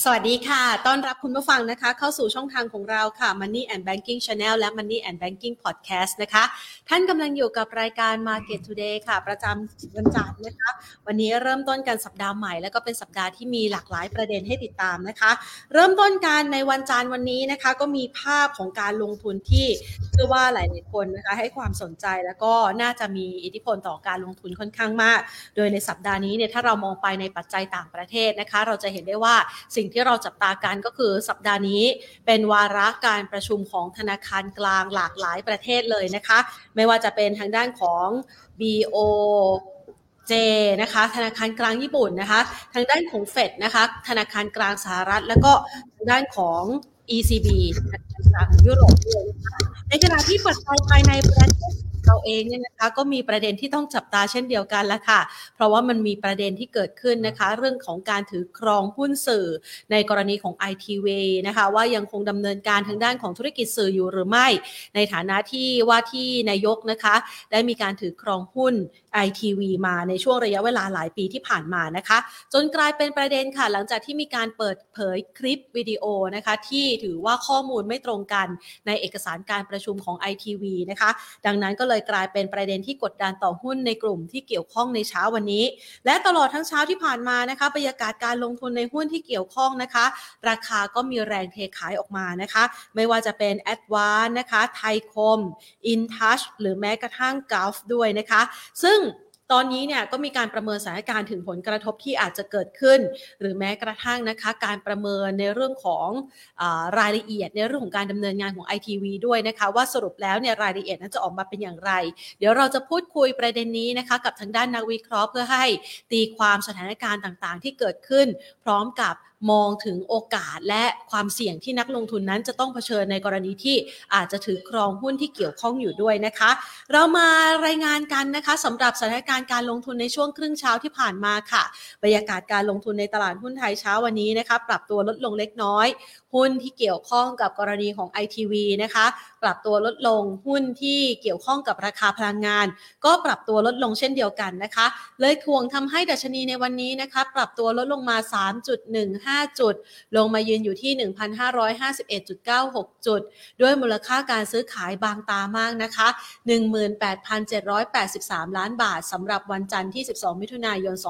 สวัสดีค่ะต้อนรับคุณผู้ฟังนะคะเข้าสู่ช่องทางของเราค่ะ Money and Banking Channel และ Money and Banking Podcast นะคะท่านกำลังอยู่กับรายการ Market Today ค่ะประจำวันจันทร์นะคะวันนี้เริ่มต้นกันสัปดาห์ใหม่แล้วก็เป็นสัปดาห์ที่มีหลากหลายประเด็นให้ติดตามนะคะเริ่มต้นกันในวันจันทร์วันนี้นะคะก็มีภาพของการลงทุนที่เชื่อว่าหลายๆคนนะคะให้ความสนใจแล้วก็น่าจะมีอิทธิพลต่อการลงทุนค่อนข้างมากโดยในสัปดาห์นี้เนี่ยถ้าเรามองไปในปัจจัยต่างประเทศนะคะเราจะเห็นได้ว่าสิ่งที่เราจับตากันก็คือสัปดาห์นี้เป็นวาระการประชุมของธนาคารกลางหลากหลายประเทศเลยนะคะไม่ว่าจะเป็นทางด้านของ BOJ นะคะธนาคารกลางญี่ปุ่นนะคะทางด้านของเฟดนะคะธนาคารกลางสหรัฐแล้วก็ทางด้านของ ECB ธนาคารกลางของยุโรปด้วยนะคะในขณะที่ปัจจัยภายในประเทศเราเองเนี่ยนะคะก็มีประเด็นที่ต้องจับตาเช่นเดียวกันแล้วค่ะเพราะว่ามันมีประเด็นที่เกิดขึ้นนะคะเรื่องของการถือครองหุ้นสื่อในกรณีของ ITV นะคะว่ายังคงดำเนินการทางด้านของธุรกิจสื่ออยู่หรือไม่ในฐานะที่ว่าที่นายกนะคะได้มีการถือครองหุ้น ITV มาในช่วงระยะเวลาหลายปีที่ผ่านมานะคะจนกลายเป็นประเด็นค่ะหลังจากที่มีการเปิดเผยคลิปวิดีโอนะคะที่ถือว่าข้อมูลไม่ตรงกันในเอกสารการประชุมของ ITV นะคะดังนั้นก็เลยกลายเป็นประเด็นที่กดดันต่อหุ้นในกลุ่มที่เกี่ยวข้องในเช้าวันนี้และตลอดทั้งเช้าที่ผ่านมานะคะบรรยากาศการลงทุนในหุ้นที่เกี่ยวข้องนะคะราคาก็มีแรงเทขายออกมานะคะไม่ว่าจะเป็น Advance นะคะไทยคม InTouch หรือแม้กระทั่ง Gulf ด้วยนะคะซึ่งตอนนี้เนี่ยก็มีการประเมินสถานการณ์ถึงผลกระทบที่อาจจะเกิดขึ้นหรือแม้กระทั่งนะคะการประเมินในเรื่องของรายละเอียดในเรื่องของการดำเนินงานของ ITV ด้วยนะคะว่าสรุปแล้วเนี่ยรายละเอียดนั้นจะออกมาเป็นอย่างไรเดี๋ยวเราจะพูดคุยประเด็นนี้นะคะกับทางด้านนักวิเคราะห์เพื่อให้ตีความสถานการณ์ต่างๆที่เกิดขึ้นพร้อมกับมองถึงโอกาสและความเสี่ยงที่นักลงทุนนั้นจะต้องเผชิญในกรณีที่อาจจะถือครองหุ้นที่เกี่ยวข้องอยู่ด้วยนะคะเรามารายงานกันนะคะสำหรับสถานการณ์การลงทุนในช่วงครึ่งเช้าที่ผ่านมาค่ะบรรยากาศการลงทุนในตลาดหุ้นไทยเช้าวันนี้นะคะปรับตัวลดลงเล็กน้อยหุ้นที่เกี่ยวข้องกับกรณีของ ITV นะคะปรับตัวลดลงหุ้นที่เกี่ยวข้องกับราคาพลังงานก็ปรับตัวลดลงเช่นเดียวกันนะคะเลยถ่วงทำให้ดัชนีในวันนี้นะคะปรับตัวลดลงมา 3.15 จุดลงมายืนอยู่ที่ 1,551.96 จุดด้วยมูลค่าการซื้อขายบางตามากนะคะ 18,783 ล้านบาทสำหรับวันจันทร์ที่12มิถุนายน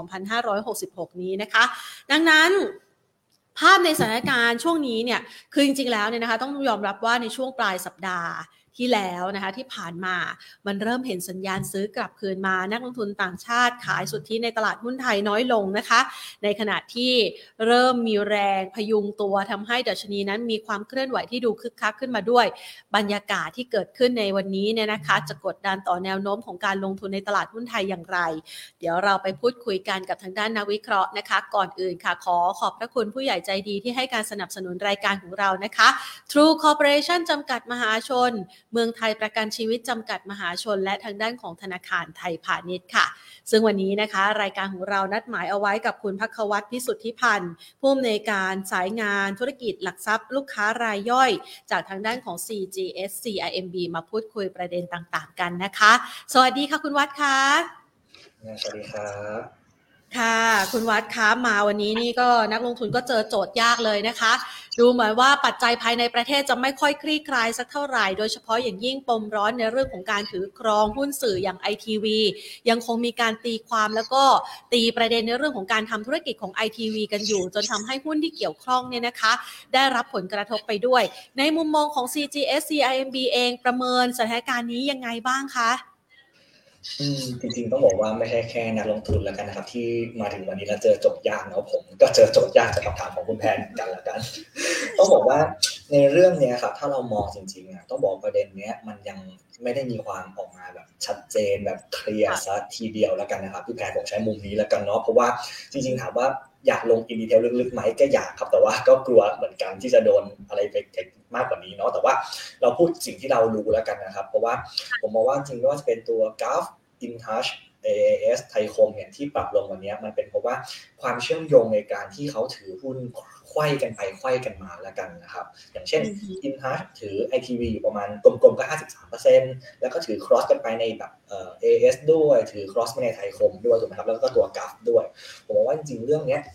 2566นี้นะคะดังนั้นภาพในสถานการณ์ช่วงนี้เนี่ยคือจริงๆแล้วเนี่ยนะคะต้องยอมรับว่าในช่วงปลายสัปดาห์ที่แล้วนะคะที่ผ่านมามันเริ่มเห็นสัญญาณซื้อกลับคืนมานักลงทุนต่างชาติขายสุทธิในตลาดหุ้นไทยน้อยลงนะคะในขณะที่เริ่มมีแรงพยุงตัวทำให้ดัชนีนั้นมีความเคลื่อนไหวที่ดูคึกคักขึ้นมาด้วยบรรยากาศที่เกิดขึ้นในวันนี้เนี่ยนะคะจะกดดันต่อแนวโน้มของการลงทุนในตลาดหุ้นไทยอย่างไรเดี๋ยวเราไปพูดคุยกันกับทางด้านนักวิเคราะห์นะคะก่อนอื่นค่ะขอบพระคุณผู้ใหญ่ใจดีที่ให้การสนับสนุนรายการของเรานะคะ True Corporation จำกัดมหาชนเมืองไทยประกันชีวิตจำกัดมหาชนและทางด้านของธนาคารไทยพาณิชย์ค่ะซึ่งวันนี้นะคะรายการของเรานัดหมายเอาไว้กับคุณภัควัฒน์พิสุทธิพันธ์ผู้อำนวยการสายงานธุรกิจหลักทรัพย์ลูกค้ารายย่อยจากทางด้านของ CGS CIMB มาพูดคุยประเด็นต่างๆกันนะคะสวัสดีค่ะคุณวัฒน์ค่ะสวัสดีครับค่ะคุณวัฒน์คะมาวันนี้นี่ก็นักลงทุนก็เจอโจทย์ยากเลยนะคะดูเหมือนว่าปัจจัยภายในประเทศจะไม่ค่อยคลี่คลายสักเท่าไหร่โดยเฉพาะอย่างยิ่งปมร้อนในเรื่องของการถือครองหุ้นสื่ออย่าง ITV ยังคงมีการตีความแล้วก็ตีประเด็นในเรื่องของการทำธุรกิจของ ITV กันอยู่จนทำให้หุ้นที่เกี่ยวข้องเนี่ยนะคะได้รับผลกระทบไปด้วยในมุมมองของ CGS CIMB เองประเมินสถานการณ์นี้ยังไงบ้างคะจริงๆต้องบอกว่าไม่ใช่แค่นักลงทุนแล้วกันนะครับที่มาถึงวันนี้แล้วเจอโจทย์ยากเนาะผมก็เจอโจทย์ยากจากคำถามของคุณแพนกันละกันต้องบอกว่าในเรื่องนี้ครับถ้าเรามองจริงๆต้องบอกประเด็นนี้มันยังไม่ได้มีความออกมาแบบชัดเจนแบบเคลียร์ซะทีเดียวแล้วกันนะครับพี่แพนผมใช้มุมนี้แล้วกันเนาะเพราะว่าจริงๆถามว่าอยากลงอินดีเทลลึกๆไหมก็อยากครับแต่ว่าก็กลัวเหมือนกันที่จะโดนอะไรไปมากกว่านี้เนาะแต่ว่าเราพูดสิ่งที่เรารู้แล้วกันนะครับเพราะว่าผมมองว่าจริงๆไม่ว่าจะเป็นตัว Gulf InTouch AAS ไทยคมเนี่ยที่ปรับลงวันนี้มันเป็นเพราะว่าความเชื่อมโยงในการที่เขาถือหุ้นไขว้กันไปไขว้กันมาแล้วกันนะครับอย่างเช่น InTouch ถือ ITV อยู่ประมาณกลมๆก็ 53% แล้วก็ถือ cross กันไปในแบบAAS ด้วยถือ cross มาในไทยคมด้วยถูกไหมครับแล้วก็ตัว Gulf ด้วยผมว่าจริงๆเรื่องนี้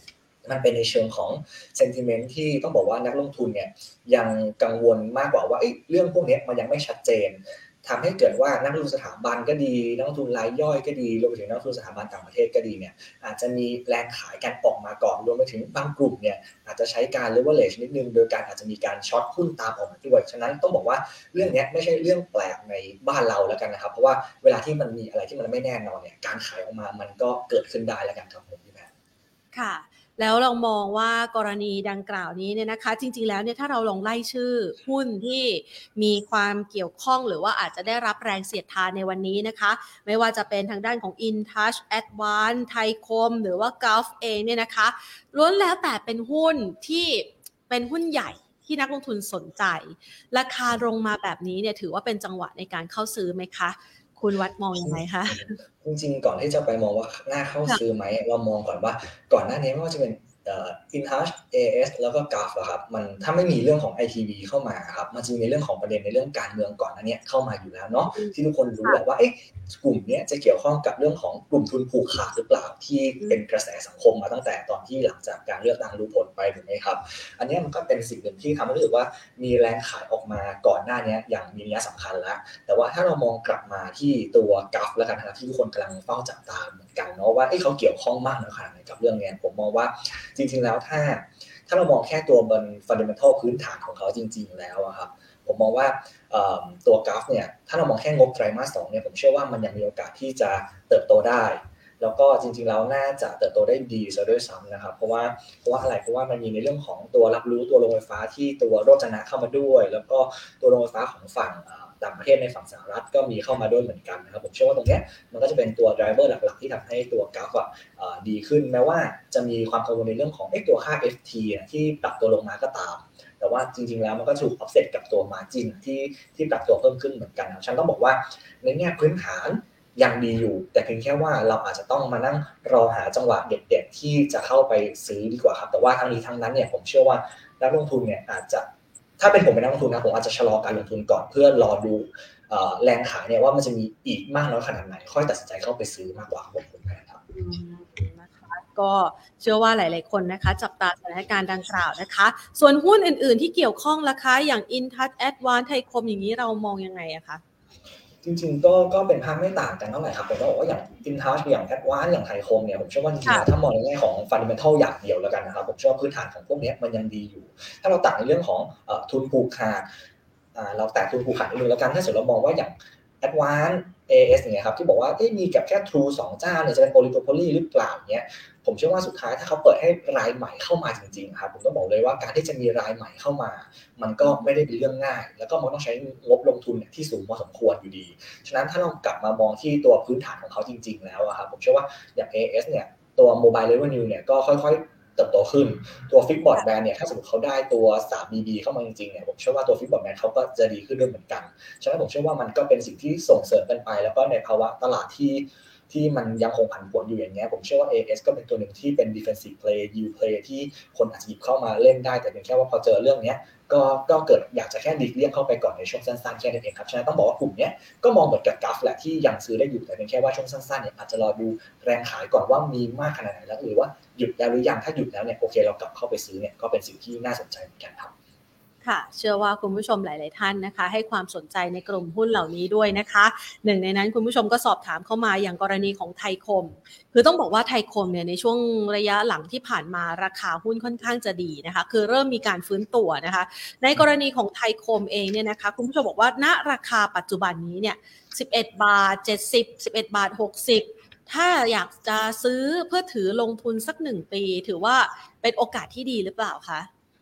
มันเป็นในเชิงของ sentiment ที่ต้องบอกว่านักลงทุนเนี่ยยังกังวลมากกว่าว่าเรื่องพวกนี้มันยังไม่ชัดเจนทำให้เกิดว่านักลงทุนสถาบันก็ดีนักลงทุนรายย่อยก็ดีรวมไปถึงนักลงทุนสถาบันต่างประเทศก็ดีเนี่ยอาจจะมีแรงขายกันออกมาก่อนรวมไปถึงบางกลุ่มเนี่ยอาจจะใช้การ leverage นิดนึงโดยการอาจจะมีการช็อตหุ้นตามออกมาด้วยฉะนั้นต้องบอกว่าเรื่องนี้ไม่ใช่เรื่องแปลกในบ้านเราแล้วกันนะครับเพราะว่าเวลาที่มันมีอะไรที่มันไม่แน่นอนเนี่ยการขายออกมามันก็เกิดขึ้นได้แล้วกันครับผมพี่แพทย์ค่ะแล้วเรามองว่ากรณีดังกล่าวนี้เนี่ยนะคะจริงๆแล้วเนี่ยถ้าเราลองไล่ชื่อหุ้นที่มีความเกี่ยวข้องหรือว่าอาจจะได้รับแรงเสียดทานในวันนี้นะคะไม่ว่าจะเป็นทางด้านของ InTouch Advance ไทยคมหรือว่า Gulf เองเนี่ยนะคะล้วนแล้วแต่เป็นหุ้นที่เป็นหุ้นใหญ่ที่นักลงทุนสนใจราคาลงมาแบบนี้เนี่ยถือว่าเป็นจังหวะในการเข้าซื้อไหมคะคุณวัดมองยังไงคะจริงๆก่อนที่จะไปมองว่าน่าเข้าซื้อไหมเรามองก่อนว่าก่อนหน้านี้ไม่ว่าจะเป็นInTouch AS แล้วก็ Gulf อะครับมันถ้าไม่มีเรื่องของ ITV เข้ามาครับมันจะมีในเรื่องของประเด็นในเรื่องการเมืองก่อนหน้านี้เข้ามาอยู่แล้วเนาะที่ทุกคนรู้แหละว่ากลุ่มนี้จะเกี่ยวข้องกับเรื่องของกลุ่มทุนผูกขาดหรือเปล่าที่เป็นกระแสสังคมมาตั้งแต่ตอนที่หลังจากการเลือกตั้งรู้ผลไปถูกไหมครับอันนี้มันก็เป็นสิ่งหนึ่งที่ทำให้รู้สึกว่ามีแรงขายออกมาก่อนหน้านี้อย่างมีนัยสำคัญแล้วแต่ว่าถ้าเรามองกลับมาที่ตัว Gulf แล้วกันนะครับที่ทุกคนกำลังเฝ้าจับตาเหมือนกันเนาะว่าเขาเกี่ยวข้องมากน้อยขนาดไหนกับเรื่องนี้ผมมองว่าจริงๆแล้วถ้าเรามองแค่ตัวบน fundamental พื้นฐานของเขาจริงๆแล้วครับผมมองว่าตัวกราฟเนี่ยถ้าเรามองแค่งบไตรมาส 2เนี่ยผมเชื่อว่ามันยังมีโอกาสที่จะเติบโตได้แล้วก็จริงๆแล้วน่าจะเติบโตได้ดีซะด้วยซ้ำนะครับเพราะว่าอะไรเพราะว่ามันมีในเรื่องของตัวรับรู้ตัวโรงไฟฟ้าที่ตัวโรจนะเข้ามาด้วยแล้วก็ตัวโรงไฟฟ้าของฝั่งต่างประเทศในฝั่งสหรัฐก็มีเข้ามาด้วยเหมือนกันนะครับผมเชื่อว่าตรงนี้มันก็จะเป็นตัว driver หลักๆที่ทำให้ตัวกราฟดีขึ้นแม้ว่าจะมีความกังวลในเรื่องของตัวค่า FT ที่ปรับตัวลงมาก็ตามแต่ว่าจริงๆแล้วมันก็ถูก offset กับตัว margin ที่ปรับตัวเพิ่มขึ้นเหมือนกันครับฉันต้องบอกว่าในแง่พื้นฐานยังดีอยู่แต่เพียงแค่ว่าเราอาจจะต้องมานั่งรอหาจังหวะเด็ดๆที่จะเข้าไปซื้อดีกว่าครับแต่ว่าทั้งนี้ทั้งนั้นเนี่ยผมเชื่อว่านักลงทุนเนี่ยอาจจะถ้าเป็นผมเป็นนักลงทุนนะผมอาจจะชะลอการลงทุนก่อนเพื่อรอดูแรงขายเนี่ยว่ามันจะมีอีกมากน้อยขนาดไหนค่อยตัดสินใจเข้าไปซื้อมากกว่าผมนะครับก็เชื่อว่าหลายๆคนนะคะจับตาสถานการณ์ดังกล่าวนะคะส่วนหุ้นอื่นๆที่เกี่ยวข้องราคาอย่าง InTouch Advance ไทยคมอย่างนี้เรามองยังไงอะคะจริงๆก็เป็นภาพไม่ต่างกันเท่าไหร่ครับผมต้องบอกว่าอย่าง InTouch อย่าง Advance อย่างไทยคมเนี่ยผมเชื่อว่าจริงๆถ้ามองในแง่ของ fundamental อย่างเดียวแล้วกันนะครับผมเชื่อว่าพื้นฐานของพวกนี้มันยังดีอยู่ถ้าเราตัดในเรื่องของทุนผูกขาดเราแตะทุนผูกขาดนิดนึงแล้วกันถ้าสมมติเรามองว่าอย่าง Advance AS เนี่ยครับที่บอกว่ามีกับแค่ True 2 เจ้าเนี่ยจะเป็น oligopoly หรือเปล่าเนี่ยผมเชื่อว่าสุดท้ายถ้าเขาเปิดให้รายใหม่เข้ามาจริงๆครับผมต้องบอกเลยว่าการที่จะมีรายใหม่เข้ามามันก็ไม่ได้เป็นเรื่องง่ายแล้วก็มันต้องใช้งบลงทุนที่สูงพอสมควรอยู่ดีฉะนั้นถ้าเรากลับมามองที่ตัวพื้นฐานของเขาจริงๆแล้วครับผมเชื่อว่าอย่าง AS เนี่ยตัว Mobile Revenue เนี่ยก็ค่อยๆเติบโตขึ้นตัว Fixed Broadband เนี่ยถ้าสมมติเขาได้ตัว 3BB เข้ามาจริงๆเนี่ยผมเชื่อว่าตัว Fixed Broadband เขาก็จะดีขึ้นด้วยเหมือนกันฉะนั้นผมเชื่อว่ามันก็เป็นสิ่งที่ส่งเสริมกันไปแล้วก็ในภาวะตลาดที่มันยังคงผันผวนอยู่อย่างเงี้ยผมเชื่อว่า AS ก็เป็นตัวหนึ่งที่เป็น defensive play yield play ที่คนอาจจะหยิบเข้ามาเล่นได้แต่เพียงแค่ว่าพอเจอเรื่องเนี้ยก็เกิดอยากจะแค่ดิกเลี่ยงเข้าไปก่อนในช่วงสั้นๆแค่นั้นเองครับฉะนั้นต้องบอกว่ากลุ่มเนี้ยก็มองเหมือนกับกราฟแหละที่ยังซื้อได้อยู่แต่เพียงแค่ว่าช่วงสั้นๆเนี่ยอาจจะรอดูแรงขายก่อนว่ามีมากขนาดไหนแล้วหรือว่าหยุดแล้วหรือยังถ้าหยุดแล้วเนี่ยโอเคเรากลับเข้าไปซื้อเนี่ยก็เป็นสิ่งที่น่าสนใจเหมือนกันครับค่ะเชื่อว่าคุณผู้ชมหลายๆท่านนะคะให้ความสนใจในกลุ่มหุ้นเหล่านี้ด้วยนะคะหนึ่งในนั้นคุณผู้ชมก็สอบถามเข้ามาอย่างกรณีของไทยคมคือต้องบอกว่าไทยคมเนี่ยในช่วงระยะหลังที่ผ่านมาราคาหุ้นค่อนข้างจะดีนะคะคือเริ่มมีการฟื้นตัวนะคะในกรณีของไทยคมเองเนี่ยนะคะคุณผู้ชมบอกว่าณราคาปัจจุบันนี้เนี่ย11 บาท 70 11 บาท 60ถ้าอยากจะซื้อเพื่อถือลงทุนสัก1 ปีถือว่าเป็นโอกาสที่ดีหรือเปล่าคะ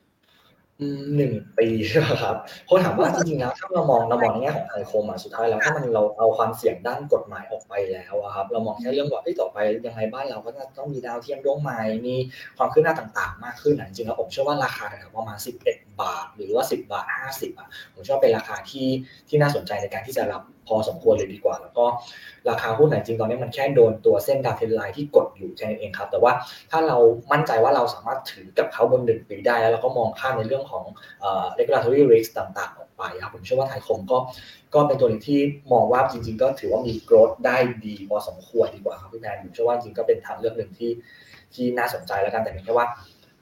1 ปีใช่ไหมครับเพราะถามว่าจริงๆแล้วถ้าเรามองในแง่ของไทยคมสุดท้ายแล้วถ้าเราเอาความเสี่ยงด้านกฎหมายออกไปแล้วครับเรามองแค่เรื่องว่าต่อไปยังไงบ้านเราก็ต้องมีดาวเทียมดวงใหม่มีความคืบหน้าต่างๆมากขึ้นจริงๆแล้วผมเชื่อว่าราคาแถวประมาณ11 บาทหรือว่า10 บาท 50ผมเชื่อว่าเป็นราคาที่น่าสนใจในการที่จะรับพอสมควรเลยดีกว่าแล้วก็ราคาหุ้นจริงๆตอนนี้มันแค่โดนตัวเส้นดาวเทรนไลน์ที่กดอยู่แค่นั้นเองครับแต่ว่าถ้าเรามั่นใจว่าเราสามารถถือกับเขาบน1 ปีได้แล้วเราก็มองข้ามในเรื่องของregulatory risk ต่างๆออกไปครับผมเชื่อว่าไทยคมก็เป็นตัวหนึ่งที่มองว่าจริงๆก็ถือว่ามี growth ได้ดีพอสมควรดีกว่าครับพี่แพนผมเชื่อว่าจริงๆก็เป็นทางเลือกหนึ่งที่น่าสนใจแล้วกันแต่เพียงแค่ว่า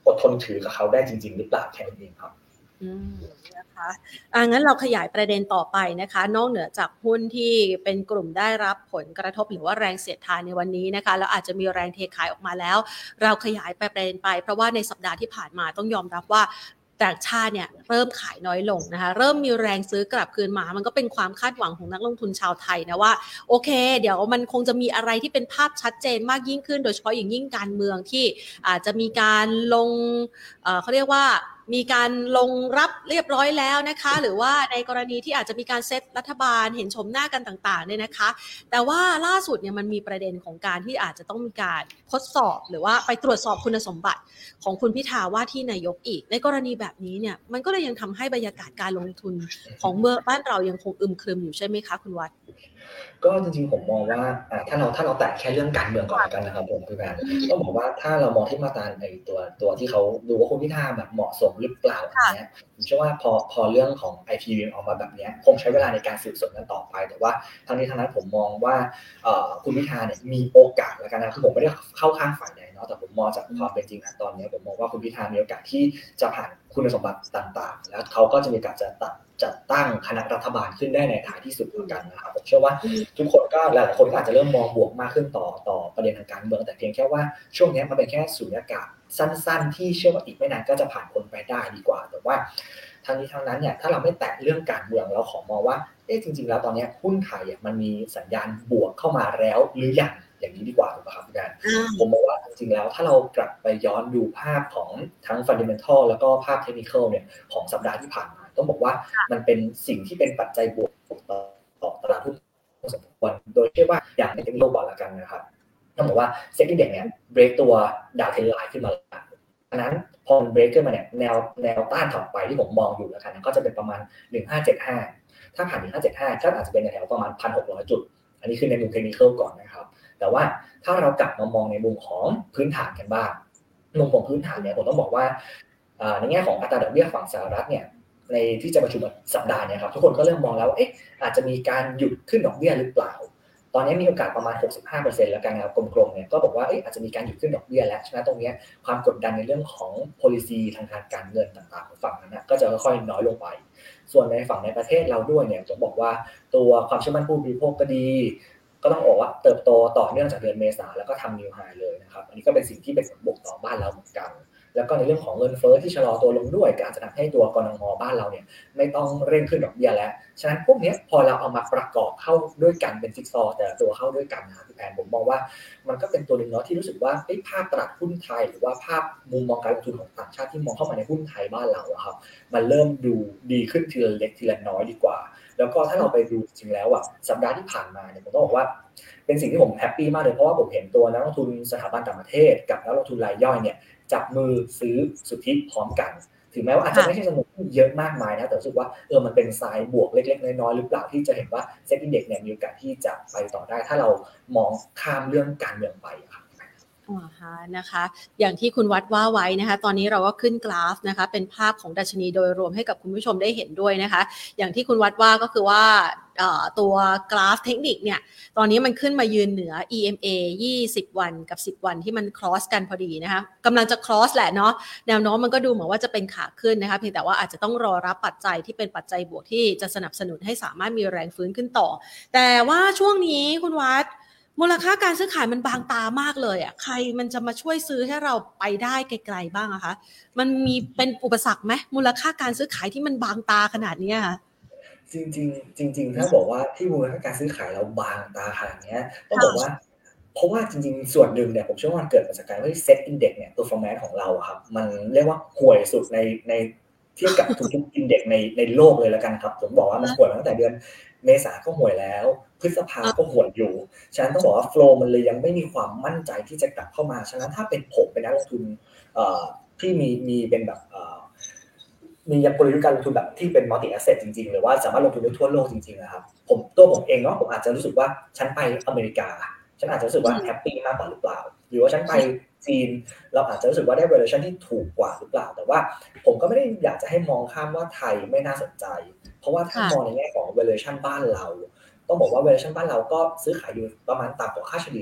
อดทนถือกับเขาได้จริงๆหรือเปล่าแค่นั้นเองครับนะคะงั้นเราขยายประเด็นต่อไปนะคะนอกเหนือจากหุ้นที่เป็นกลุ่มได้รับผลกระทบหรือว่าแรงเสียดทานในวันนี้นะคะแล้วอาจจะมีแรงเทขายออกมาแล้วเราขยายประเด็นไปเพราะว่าในสัปดาห์ที่ผ่านมาต้องยอมรับว่าต่างชาติเนี่ยเริ่มขายน้อยลงนะคะเริ่มมีแรงซื้อกลับคืนมามันก็เป็นความคาดหวังของนักลงทุนชาวไทยนะว่าโอเคเดี๋ยวมันคงจะมีอะไรที่เป็นภาพชัดเจนมากยิ่งขึ้นโดยเฉพาะอย่างยิ่งการเมืองที่อาจจะมีการลงเขาเรียกว่ามีการลงรับเรียบร้อยแล้วนะคะหรือว่าในกรณีที่อาจจะมีการเซตรัฐบาลเห็นชมหน้ากันต่างๆเนี่ยนะคะแต่ว่าล่าสุดเนี่ยมันมีประเด็นของการที่อาจจะต้องมีการทดสอบหรือว่าไปตรวจสอบคุณสมบัติของคุณพิธาว่าที่นายกอีกในกรณีแบบนี้เนี่ยมันก็เลยยังทำให้บรรยากาศการลงทุนของเมืองบ้านเรายังคงอึมครึมอยู่ใช่ไหมคะคุณวัฒน์ก็จริงๆผมมองว่าถ้าเราแตะแค่เรื่องการเมืองก่อนแล้วกันนะครับผมพี่แบนต้องบอกว่าถ้าเรามองที่มาตราในตัวที่เขาดูว่าคุณพิธาแบบเหมาะสมหรือเปล่าอันเนี้ยผมเชื่อว่าพอเรื่องของ IP ออกมาแบบนี้คงใช้เวลาในการสืบสวนกันต่อไปแต่ว่าทั้งนี้ทั้งนั้นผมมองว่าคุณพิธาเนี่ยมีโอกาสแล้วกันนะคือผมไม่ได้เข้าข้างฝ่ายใดเนาะแต่ผมมองจากความเป็นจริงตอนนี้ผมมองว่าคุณพิธามีโอกาสที่จะผ่านคุณสมบัติต่างๆแล้วเขาก็จะมีโอกาสจัดตั้งคณะรัฐบาลขึ้นได้ในท้ายที่สุดเหมือนกันนะครับผมเชื่อว่าทุกคนก็หลายๆคนก็อาจจะเริ่มมองบวกมากขึ้นต่อประเด็นทางการเมืองแต่เพียงแค่ว่าช่วงนี้มันเป็นแค่สุญญากาศสั้นๆที่เชื่อว่าอีกไม่นานก็จะผ่านพ้นไปได้ดีกว่าแต่ว่าทางนี้ทางนั้นเนี่ยถ้าเราไม่แตะเรื่องการเมืองเราขอมองว่าจริงๆแล้วตอนนี้หุ้นไทยมันมีสัญญาณบวกเข้ามาแล้วหรือยังอย่างนี้ดีกว่าถูกไหมครับพี่การผมมองว่าจริงๆแล้วถ้าเรากลับไปย้อนดูภาพของทั้ง fundamental แล้วก็ภาพ technical เนี่ยของสัปดาห์ที่ผ่านมาต้องบอกว่ามันเป็นสิ่งที่เป็นปัจจัยบวกต่อตลาดหุ้นพอสมควรโดยที่ว่าอย่างในเทคนิคก่อนละกันนะครับต้องบอกว่าเซ็ตอินเด็กซ์เนี่ยเบรกตัวดาวเทรนไลน์ขึ้นมาแล้วดังนั้นพอเบรกขึ้นมาเนี่ยแนวต้านถัดไปที่ผมมองอยู่แล้วกันก็จะเป็นประมาณ1575ถ้าผ่าน1575ก็อาจจะเป็นแถวประมาณ 1,600 จุดอันนี้คือในมุมเทคนิคก่อนนะครับแต่ว่าถ้าเรากลับมามองในมุมของพื้นฐานกันบ้างมุมของพื้นฐานเนี่ยผมต้องบอกว่าในแง่ของอัตราดอกเบี้ยฝั่งสหรัฐเนี่ยในที่จะประชุมสัปดาห์นี้ครับทุกคนก็เริ่มมองแล้วว่าอาจจะมีการหยุดขึ้นดอกเบี้ยหรือเปล่าตอนนี้มีโอกาสประมาณ 65% แล้วกันนะครับกลมๆเนี่ยก็บอกว่าอาจจะมีการหยุดขึ้นดอกเบี้ยแล้วฉะนั้นตรงนี้ความกดดันในเรื่องของ policy ทางการเงินต่างๆของฝั่งนั้นก็จะค่อยๆน้อยลงไปส่วนในฝั่งในประเทศเราด้วยเนี่ยจะบอกว่าตัวความเชื่อมั่นผู้บริโภคก็ดีก็ต้องบอกว่าเติบโตต่อเนื่องจากเดือนเมษาแล้วก็ทำนิวไฮเลยนะครับอันนี้ก็เป็นสิ่งที่เป็นผลบวกต่อบ้านเราเหมือนกันแล้วก็ในเรื่องของเงินเฟ้อที่ชะลอตัวลงด้วยก็อาจจะทำให้ตัวกนง.บ้านเราเนี่ยไม่ต้องเร่งขึ้นดอกเบี้ยแล้วฉะนั้นพวกนี้พอเราเอามาประกอบเข้าด้วยกันเป็นจิ๊กซอว์แต่ละตัวเข้าด้วยกันนะครับพี่แพนผมมองว่ามันก็เป็นตัวนึงเนาะที่รู้สึกว่าภาพตลาดหุ้นไทยหรือว่าภาพมุมมองการลงทุนของต่างชาติที่มองเข้ามาในหุ้นไทยบ้านเราครับมันเริ่มดูดีขึ้นทีละเล็กทีละน้อยดีกว่าแล้วก็ถ้าเราไปดูจริงแล้วสัปดาห์ที่ผ่านมาเนี่ยผมต้องบอกว่าเป็นสิ่งที่ผมแฮปปี้มากเลยเพราะว่าผมเห็นตัวนักลงทุนสถาบันต่างประเทศกับนักลงทุนรายย่อยเนี่ยจับมือซื้อสุทธิพร้อมกันถึงแม้ว่าอาจจะไม่ใช่จำนวนเยอะมากมายนะแต่รู้สึกว่ามันเป็นทรายบวกเล็กๆน้อยๆหรือเปล่าที่จะเห็นว่าเซ็ตอินเด็กซ์เนี่ยมีโอกาสที่จะไปต่อได้ถ้าเรามองข้ามเรื่องการเมืองไปครับนะคะอย่างที่คุณวัดว่าไว้นะคะตอนนี้เราก็ขึ้นกราฟนะคะเป็นภาพของดัชนีโดยรวมให้กับคุณผู้ชมได้เห็นด้วยนะคะอย่างที่คุณวัดว่าก็คือว่าตัวกราฟเทคนิคเนี่ยตอนนี้มันขึ้นมายืนเหนือ EMA 20 วันกับ10 วันที่มัน cross กันพอดีนะคะกำลังจะ cross แหละเนาะแนวโน้มมันก็ดูเหมือนว่าจะเป็นขาขึ้นนะคะเพียงแต่ว่าอาจจะต้องรอรับปัจจัยที่เป็นปัจจัยบวกที่จะสนับสนุนให้สามารถมีแรงฟื้นขึ้นต่อแต่ว่าช่วงนี้คุณวัดมูลค่าการซื้อขายมันบางตามากเลยใครมันจะมาช่วยซื้อให้เราไปได้ไกลๆบ้างอะคะมันมีเป็นอุปสรรคไหมมูลค่าการซื้อขายที่มันบางตาขนาดนี้ค่ะจริงถ้าบอกว่าที่มูลค่าการซื้อขายเราบางตาขนาดนี้ต้องบอกว่าเพราะว่าจริงๆส่วนหนึ่งเนี่ยผมเชื่อว่ามันเกิดมาจากการที่เซ็ตอินเด็กซ์เนี่ย performance ของเราครับมันเรียกว่าห่วยสุดในเทียบกับทุกๆอินเด็กซ์ในโลกเลยแล้วกันครับผมบอกว่ามันห่วยมาตั้งแต่เดือนเมษาก็ห่วยแล้วพฤษภาก็ห่วยอยู่ฉะนั้นต้องบอกว่าโฟลว์มันเลยยังไม่มีความมั่นใจที่จะกลับเข้ามาฉะนั้นถ้าเป็นผมเป็นนักลงทุนที่มีเป็นแบบมีกลยุทธ์การลงทุนแบบที่เป็นมัลติแอสเซทจริงๆหรือว่าสามารถลงทุนได้ทั่วโลกจริงๆนะครับผมเองเนาะผมอาจจะรู้สึกว่าฉันไปอเมริกาฉันอาจจะรู้สึกว่าแฮปปี้มากกว่าหรือเปล่าหรือว่าฉันไปจีนเราอาจจะรู้สึกว่าได้ valuation ที่ถูกกว่าหรือเปล่าแต่ว่าผมก็ไม่ได้อยากจะให้มองข้ามว่าไทยไม่น่าสนใจเพราะว่าถ้ามองในแง่ของ valuation บ้านเราต้องบอกว่า valuation บ้านเราก็ซื้อขายอยู่ประมาณต่ำกว่าค่าเฉลี่ย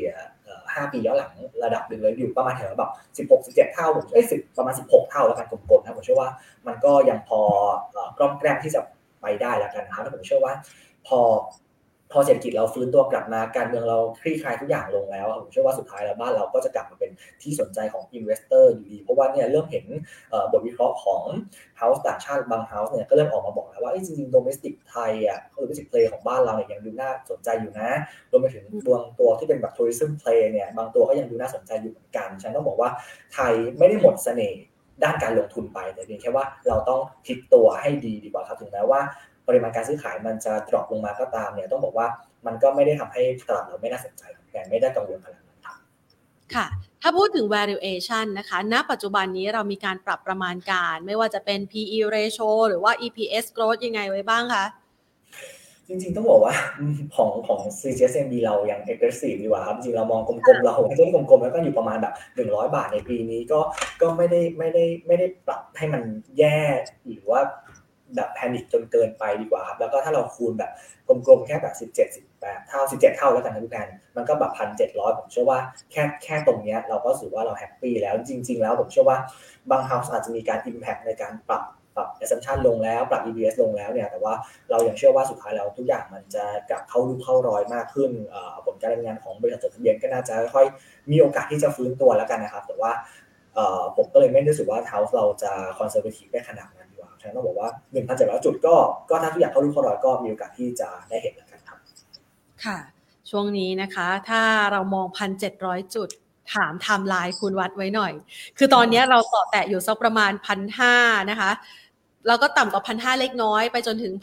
5 ปีย้อนหลังระดับนึงเลยอยู่ประมาณแถวแบบ16-17 เท่าผม10ประมาณ16 เท่าแล้วกันกลมๆนะผมเชื่อว่ามันก็ยังพอกล้อมแกล้มที่จะไปได้แล้วกันนะครับแล้วผมเชื่อว่าพอเศรษฐกิจเราฟื้นตัวกลับมาการเมืองเราคลี่คลายทุกอย่างลงแล้วผมเชื่อว่าสุดท้ายแล้วบ้านเราก็จะกลับมาเป็นที่สนใจของ investor อยู่ดีเพราะว่าเนี่ยเริ่มเห็นบทวิเคราะห์ของ house ต่างชาติบาง house เนี่ยก็เริ่มออกมาบอกแล้วว่าจริงๆ domestic ไทยdomestic play ของบ้านเราเนี่ยยังดูน่าสนใจอยู่นะรวมไปถึงตัวที่เป็นแบบ tourism play เนี่ยบางตัวก็ยังดูน่าสนใจอยู่เหมือนกันฉันต้องบอกว่าไทยไม่ได้หมดเสน่ห์ด้านการลงทุนไปแต่เพียงแค่ว่าเราต้องพลิกตัวให้ดีกว่าครับถึงแม้ว่าปริมาณการซื้อขายมันจะดรอปลงมาก็ตามเนี่ยต้องบอกว่ามันก็ไม่ได้ทำให้ตลาดเราไม่น่าสนใจแต่ไม่ได้กังวลขนาดนั้นครับค่ะถ้าพูดถึง valuation นะคะณปัจจุบันนี้เรามีการปรับประมาณการไม่ว่าจะเป็น PE ratio หรือว่า EPS growth ยังไงไว้บ้างคะจริงๆต้องบอกว่าของ CGSMB เรายัง aggressive ดีกว่าครับจริงๆเรามองกลมๆเราตัวที่กลมๆแล้วก็อยู่ประมาณแบบ100 บาทในปีนี้ก็ไม่ได้ปรับให้มันแย่หรือว่าแบบแพนิคจนเกินไปดีกว่าครับแล้วก็ถ้าเราคูณแบบกลมๆแค่แบบ17-18 เท่า17 เท่าแล้วกันนะพี่แพนมันก็แบบ 1,700 ผมเชื่อว่าแค่ตรงเนี้ยเราก็รู้สึกว่าเราแฮปปี้แล้วจริงๆแล้วผมเชื่อว่าบาง house อาจจะมีการ impact ในการปรับ assumption ลงแล้วปรับ EPS ลงแล้วเนี่ยแต่ว่าเรายังเชื่อว่าสุดท้ายแล้วทุกอย่างมันจะกลับเข้ารูปเข้ารอยมากขึ้นผลการดำเนินงานของบริษัทจดทะเบียนก็น่าจะค่อยมีโอกาสที่จะฟื้นตัวแล้วกันนะครับแต่ว่าผมก็เลยไม่รู้สึกว่า house เราจะ conservative ได้ขนาดนั้นฉันต้องบอกว่า 1,700 จุดก็ถ้าทุกอย่างเข้ารูปเข้ารอยก็มีโอกาสที่จะได้เห็นแล้วกันครับค่ะช่วงนี้นะคะถ้าเรามอง 1,700 จุดถามไทม์ไลน์คุณวัดไว้หน่อยคือตอนนี้เราต่อแตะอยู่สักประมาณ 1,500 นะคะแล้วก็ต่ำกว่า 1,500 เล็กน้อยไปจนถึง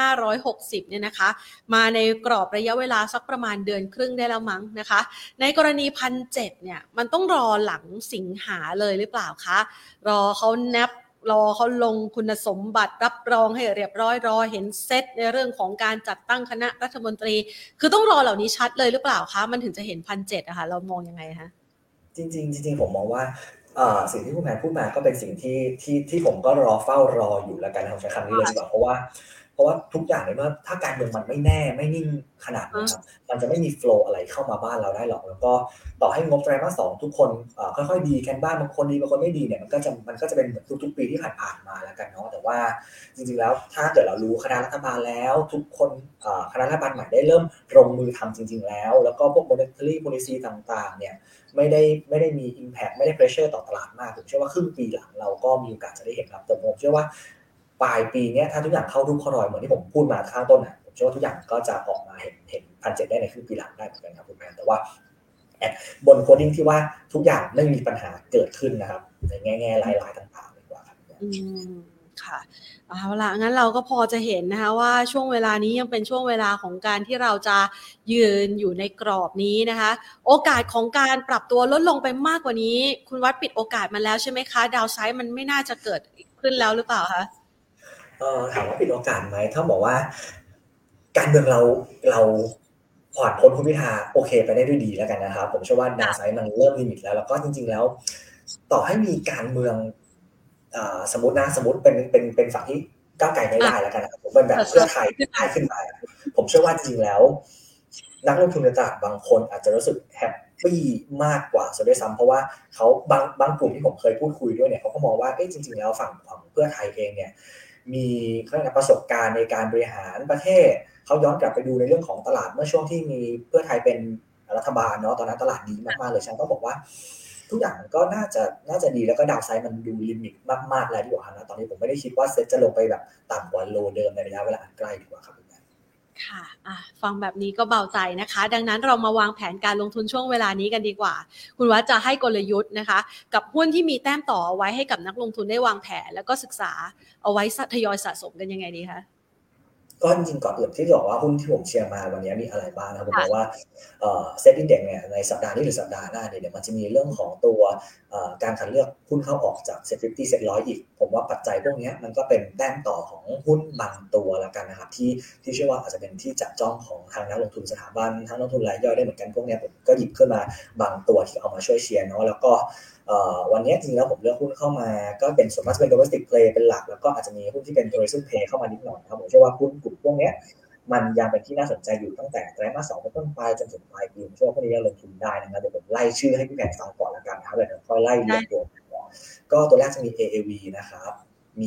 1,560 เนี่ยนะคะมาในกรอบระยะเวลาสักประมาณเดือนครึ่งได้แล้วมั้งนะคะในกรณี 1,700 เนี่ยมันต้องรอหลังสิงหาเลยหรือเปล่าคะรอเขานับรอเขาลงคุณสมบัติรับรองให้เรียบร้อยรอเห็นเซตในเรื่องของการจัดตั้งคณะรัฐมนตรีคือต้องรอเหล่านี้ชัดเลยหรือเปล่าคะมันถึงจะเห็น 1,700 อะค่ะเรามองยังไงคะจริงผมมองว่าสิ่งที่คุณแพนพูดมาก็เป็นสิ่งที่ผมก็เฝ้ารออยู่แล้วกันใช้คำนี้เลยดีกว่าเพราะว่าทุกอย่างเลยว่าถ้าการเมืองมันไม่แน่ไม่นิ่งขนาดนี้ครับมันจะไม่มีโฟลว์อะไรเข้ามาบ้านเราได้หรอกแล้วก็ต่อให้งบไตรมาส 2ทุกคนค่อยๆดีกันบ้างบางคนดีบางคนไม่ดีเนี่ยมันก็จะเป็นเหมือนทุกๆปีที่ผ่านมาแล้วกันเนาะแต่ว่าจริงๆแล้วถ้าเกิดเรารู้คณะรัฐบาลแล้วทุกคนคณะรัฐบาลใหม่ได้เริ่มลงมือทำจริงๆแล้วก็พวก monetary policy ต่างๆเนี่ยไม่ได้มี impact ไม่ได้ pressure ต่อตลาดมากผมเชื่อว่าครึ่งปีหลังเราก็มีโอกาสจะได้เห็นครับแต่ผมเชื่อว่าปลายปีนี้ถ้าทุกอย่างเข้ารูปเข้ารอยเหมือนที่ผมพูดมาข้างต้นนะผมเชื่อว่าทุกอย่างก็จะออกมาเห็น 1,700 ได้ในครึ่งปีหลังได้เหมือนกันครับคุณแม่แต่ว่าบนโคดิ้งที่ว่าทุกอย่างไม่มีปัญหาเกิดขึ้นนะครับในแง่ๆรายๆต่างๆดีกว่าครับค่ะเอาล่ะงั้นเราก็พอจะเห็นนะคะว่าช่วงเวลานี้ยังเป็นช่วงเวลาของการที่เราจะยืนอยู่ในกรอบนี้นะคะโอกาสของการปรับตัวลดลงไปมากกว่านี้คุณวัดปิดโอกาสมาแล้วใช่ไหมคะดาวไซด์มันไม่น่าจะเกิดขึ้นแล้วหรือเปล่าคะถามว่าปิดโอกาสไหมถ้าบอกว่าการเมืองเราผ่านพ้นคุณพิธาโอเคไปได้ด้วยดีแล้วกันนะครับผมเชื่อว่าดาวไซด์มันเริ่มลิมิตแล้วก็จริงๆแล้วต่อให้มีการเมืองสมมติเป็นฝั่งที่ก้าวไกลไม่ได้แล้วกันนะครับผมเป็นแบบเพื่อไทยได้ขึ้นมาผมเชื่อว่าจริงๆแล้วนักลงทุนในตลาดบางคนอาจจะรู้สึกแฮปปี้มากกว่าซะด้วยซ้ำเพราะว่าเขาบางกลุ่มที่ผมเคยพูดคุยด้วยเนี่ยเขาก็มองว่าจริงๆแล้วฝั่งของเพื่อไทยเองเนี่ยมีประสบการณ์ในการบริหารประเทศเขาย้อนกลับไปดูในเรื่องของตลาดเมื่อช่วงที่มีเพื่อไทยเป็นรัฐบาลเนาะตอนนั้นตลาดดีมากๆเลยฉันก็บอกว่าทุกอย่างก็น่าจะดีแล้วก็ดาวไซด์มันดูลิมิตมากๆแล้วดีกว่านะตอนนี้ผมไม่ได้คิดว่าเซ็ตจะลงไปแบบต่ำกว่าโลเดิมในระยะเวลาอันใกล้ดีกว่าครับค่ะฟังแบบนี้ก็เบาใจนะคะดังนั้นเรามาวางแผนการลงทุนช่วงเวลานี้กันดีกว่าคุณวัดจะให้กลยุทธ์นะคะกับหุ้นที่มีแต้มต่อเอาไว้ให้กับนักลงทุนได้วางแผนแล้วก็ศึกษาเอาไว้ทยอยสะสมกันยังไงดีคะก็จริงๆก่อนอื่นที่จะบอกว่าหุ้นที่ผมเชียร์มาวันนี้มีอะไรบ้างนะผมบอกว่าเซ็ตอินเด็กซ์เนี่ยในสัปดาห์นี้หรือสัปดาห์หน้าเนี่ยมันจะมีเรื่องของตัวการคัดเลือกหุ้นเข้าออกจากเซ็ต50เซ็ต100อีกผมว่าปัจจัยพวกนี้มันก็เป็นแต้มต่อของหุ้นบางตัวแล้วกันนะครับที่เชื่อว่าอาจจะเป็นที่จับจ้องของทางนักลงทุนสถาบันทั้งนักลงทุนรายย่อยได้เหมือนกันพวกนี้ผมก็หยิบขึ้นมาบางตัวที่เอามาช่วยเชียร์เนาะแล้วก็วันนี้จริงๆแล้วผมเลือกหุ้นเข้ามาก็เป็นส่วนมากจะเป็น domestic play เป็นหลักแล้วก็อาจจะมีหุ้นที่เป็น tourism play เข้ามานิดหน่อยครับผมเชื่อว่าหุ้นกลุ่มพวกนี้มันยังเป็นที่น่าสนใจอยู่ตั้งแต่ไตรมาส 2เป็นต้นไปจนถึงปลายปีช่วงพวกนี้ยังลงทุนได้นะครับเดี๋ยวผมไล่ชื่อให้พี่แพนฟังก่อนละกันนะครับเดี๋ยวค่อยไล่เรียงตัวก็ตัวแรกจะมี AAV นะครับมี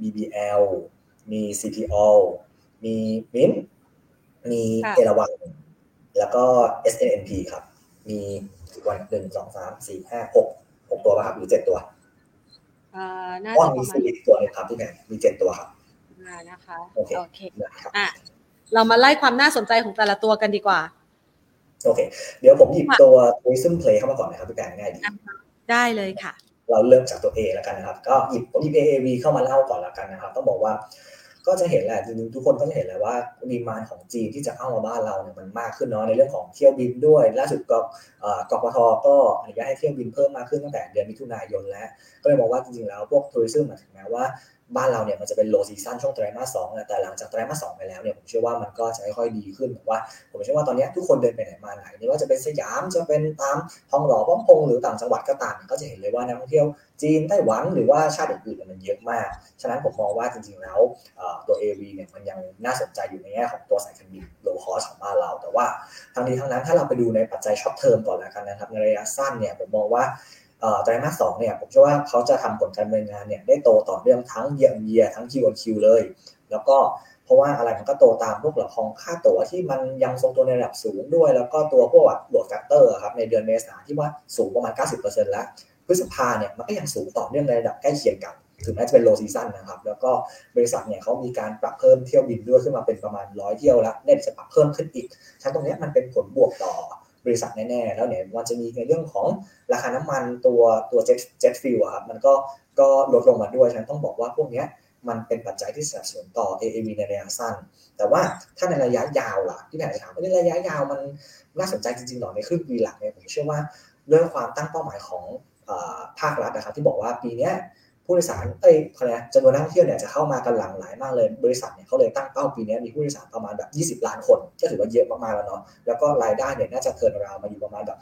BBL มี CPO มี Mint มีเอราวัณแล้วก็ SNP ครับมีวัน1 2 3 4 5 6ตัวป่ะครับหรือ7ตัวน่าจะประมาณ 4ตัวเลยครับพี่แพนมี7ตัวครับนะคะโอเคเรามาไล่ความน่าสนใจของแต่ละตัวกันดีกว่าโอเคเดี๋ยวผมหยิบตัว Tourism Play เข้ามาก่อนนะครับพี่แพนง่ายดีได้เลยค่ะเราเริ่มจากตัว A แล้วกันนะครับก็ผมหยิบ AAV เข้ามาเล่าก่อนแล้วกันนะครับต้องบอกว่าก็จะเห็นแหละจริงๆทุกคนก็จะเห็นแล้วว่าดีมานด์ของจีนที่จะเข้ามาบ้านเราเนี่ยมันมากขึ้นเนาะในเรื่องของเที่ยวบินด้วยล่าสุดก็กปท.ก็อนุญาตให้เที่ยวบินเพิ่มมากขึ้นตั้งแต่เดือนมิถุนายนแล้วก็เลยมองว่าจริงๆแล้วพวกทัวริซึมถึงแม้ว่าบ้านเราเนี่ยมันจะเป็นโลซีซั่นช่วงไตรมาส 2แต่หลังจากไตรมาส 2ไปแล้วเนี่ยผมเชื่อว่ามันก็จะค่อยๆดีขึ้นแบบว่าผมเชื่อว่าตอนนี้ทุกคนเดินไปไหนมาไหนไม่ว่าจะเป็นสยามจะเป็นตามทองหล่อป้อมพงหรือต่างจังหวัดก็ตามก็จะเห็นเลยว่านักท่องเที่ยวจีนไต้หวันหรือว่าชาติอื่นๆมันเยอะมากฉะนั้นผมมองว่าจริงๆแล้วตัว AV เนี่ยมันยังน่าสนใจอยู่ในแง่ของตัวสายการบิน low cost ของบ้านเราแต่ว่าทั้งนี้ทั้งนั้นถ้าเราไปดูในปัจจัยช็อตเทอมก่อนแล้วกันนะครับในระยะสั้นเนี่ยผมมองว่าไตรมาส 2เนี่ยผมเชื่อว่าเขาจะทำผลการดำเนินงานเนี่ยได้โตต่อเนื่องทั้ง year ทั้ง Q-on-Q เลยแล้วก็เพราะว่าอะไรมันก็โตตามพวกหลักของค่าตั๋วที่มันยังทรงตัวในระดับสูงด้วยแล้วก็ตัวพวกโหลดแฟกเตอร์ครับในเดือนเมษายนที่ว่าสูงประมาณ 90% แล้วพฤษภาเนี่ยมันก็ยังสูงต่อเนื่องในระดับใกล้เคียงกันถึงแม้จะเป็นโลซีซั่นนะครับแล้วก็บริษัทเนี่ยเขามีการปรับเพิ่มเที่ยวบินด้วยขึ้นมาเป็นประมาณ100เที่ยวแล้วเนี่ยจะปรับเพิ่มขึ้นอีกฉะนั้นตรงนี้มันเป็นผลบวกต่อบริษัทแน่ๆแล้วเนี่ยมันจะมีในเรื่องของราคาน้ำมันตัวเจ็ตฟิลครับมันก็ลดลงมาด้วยฉะนั้นต้องบอกว่าพวกนี้มันเป็นปัจจัยที่สนับสนุนต่อ AAV ในระยะสั้นแต่ว่าถ้าในระยะยาวล่ะที่แผนจะถามว่าในระยะยาวมันน่าสนใจจริงๆหรอในครึ่งปีหลังเนี่ยผมเชื่อว่าด้วยความตั้งเป้าหมายของภาครัฐนะครับที่บอกว่าปีนี้ผู้โดยสารจำนวนนักท่องเที่ยวเนี่ยจะเข้ามากันหลั่งไหลมากเลยบริษัทเนี่ยเขาเลยตั้งเป้าปีนี้มีผู้โดยสารประมาณแบบ20ล้านคนก็ถือว่าเยอะมากๆแล้วเนาะแล้วก็รายได้เนี่ยน่าจะเทิร์นอราวด์มาอยู่ประมาณแบบ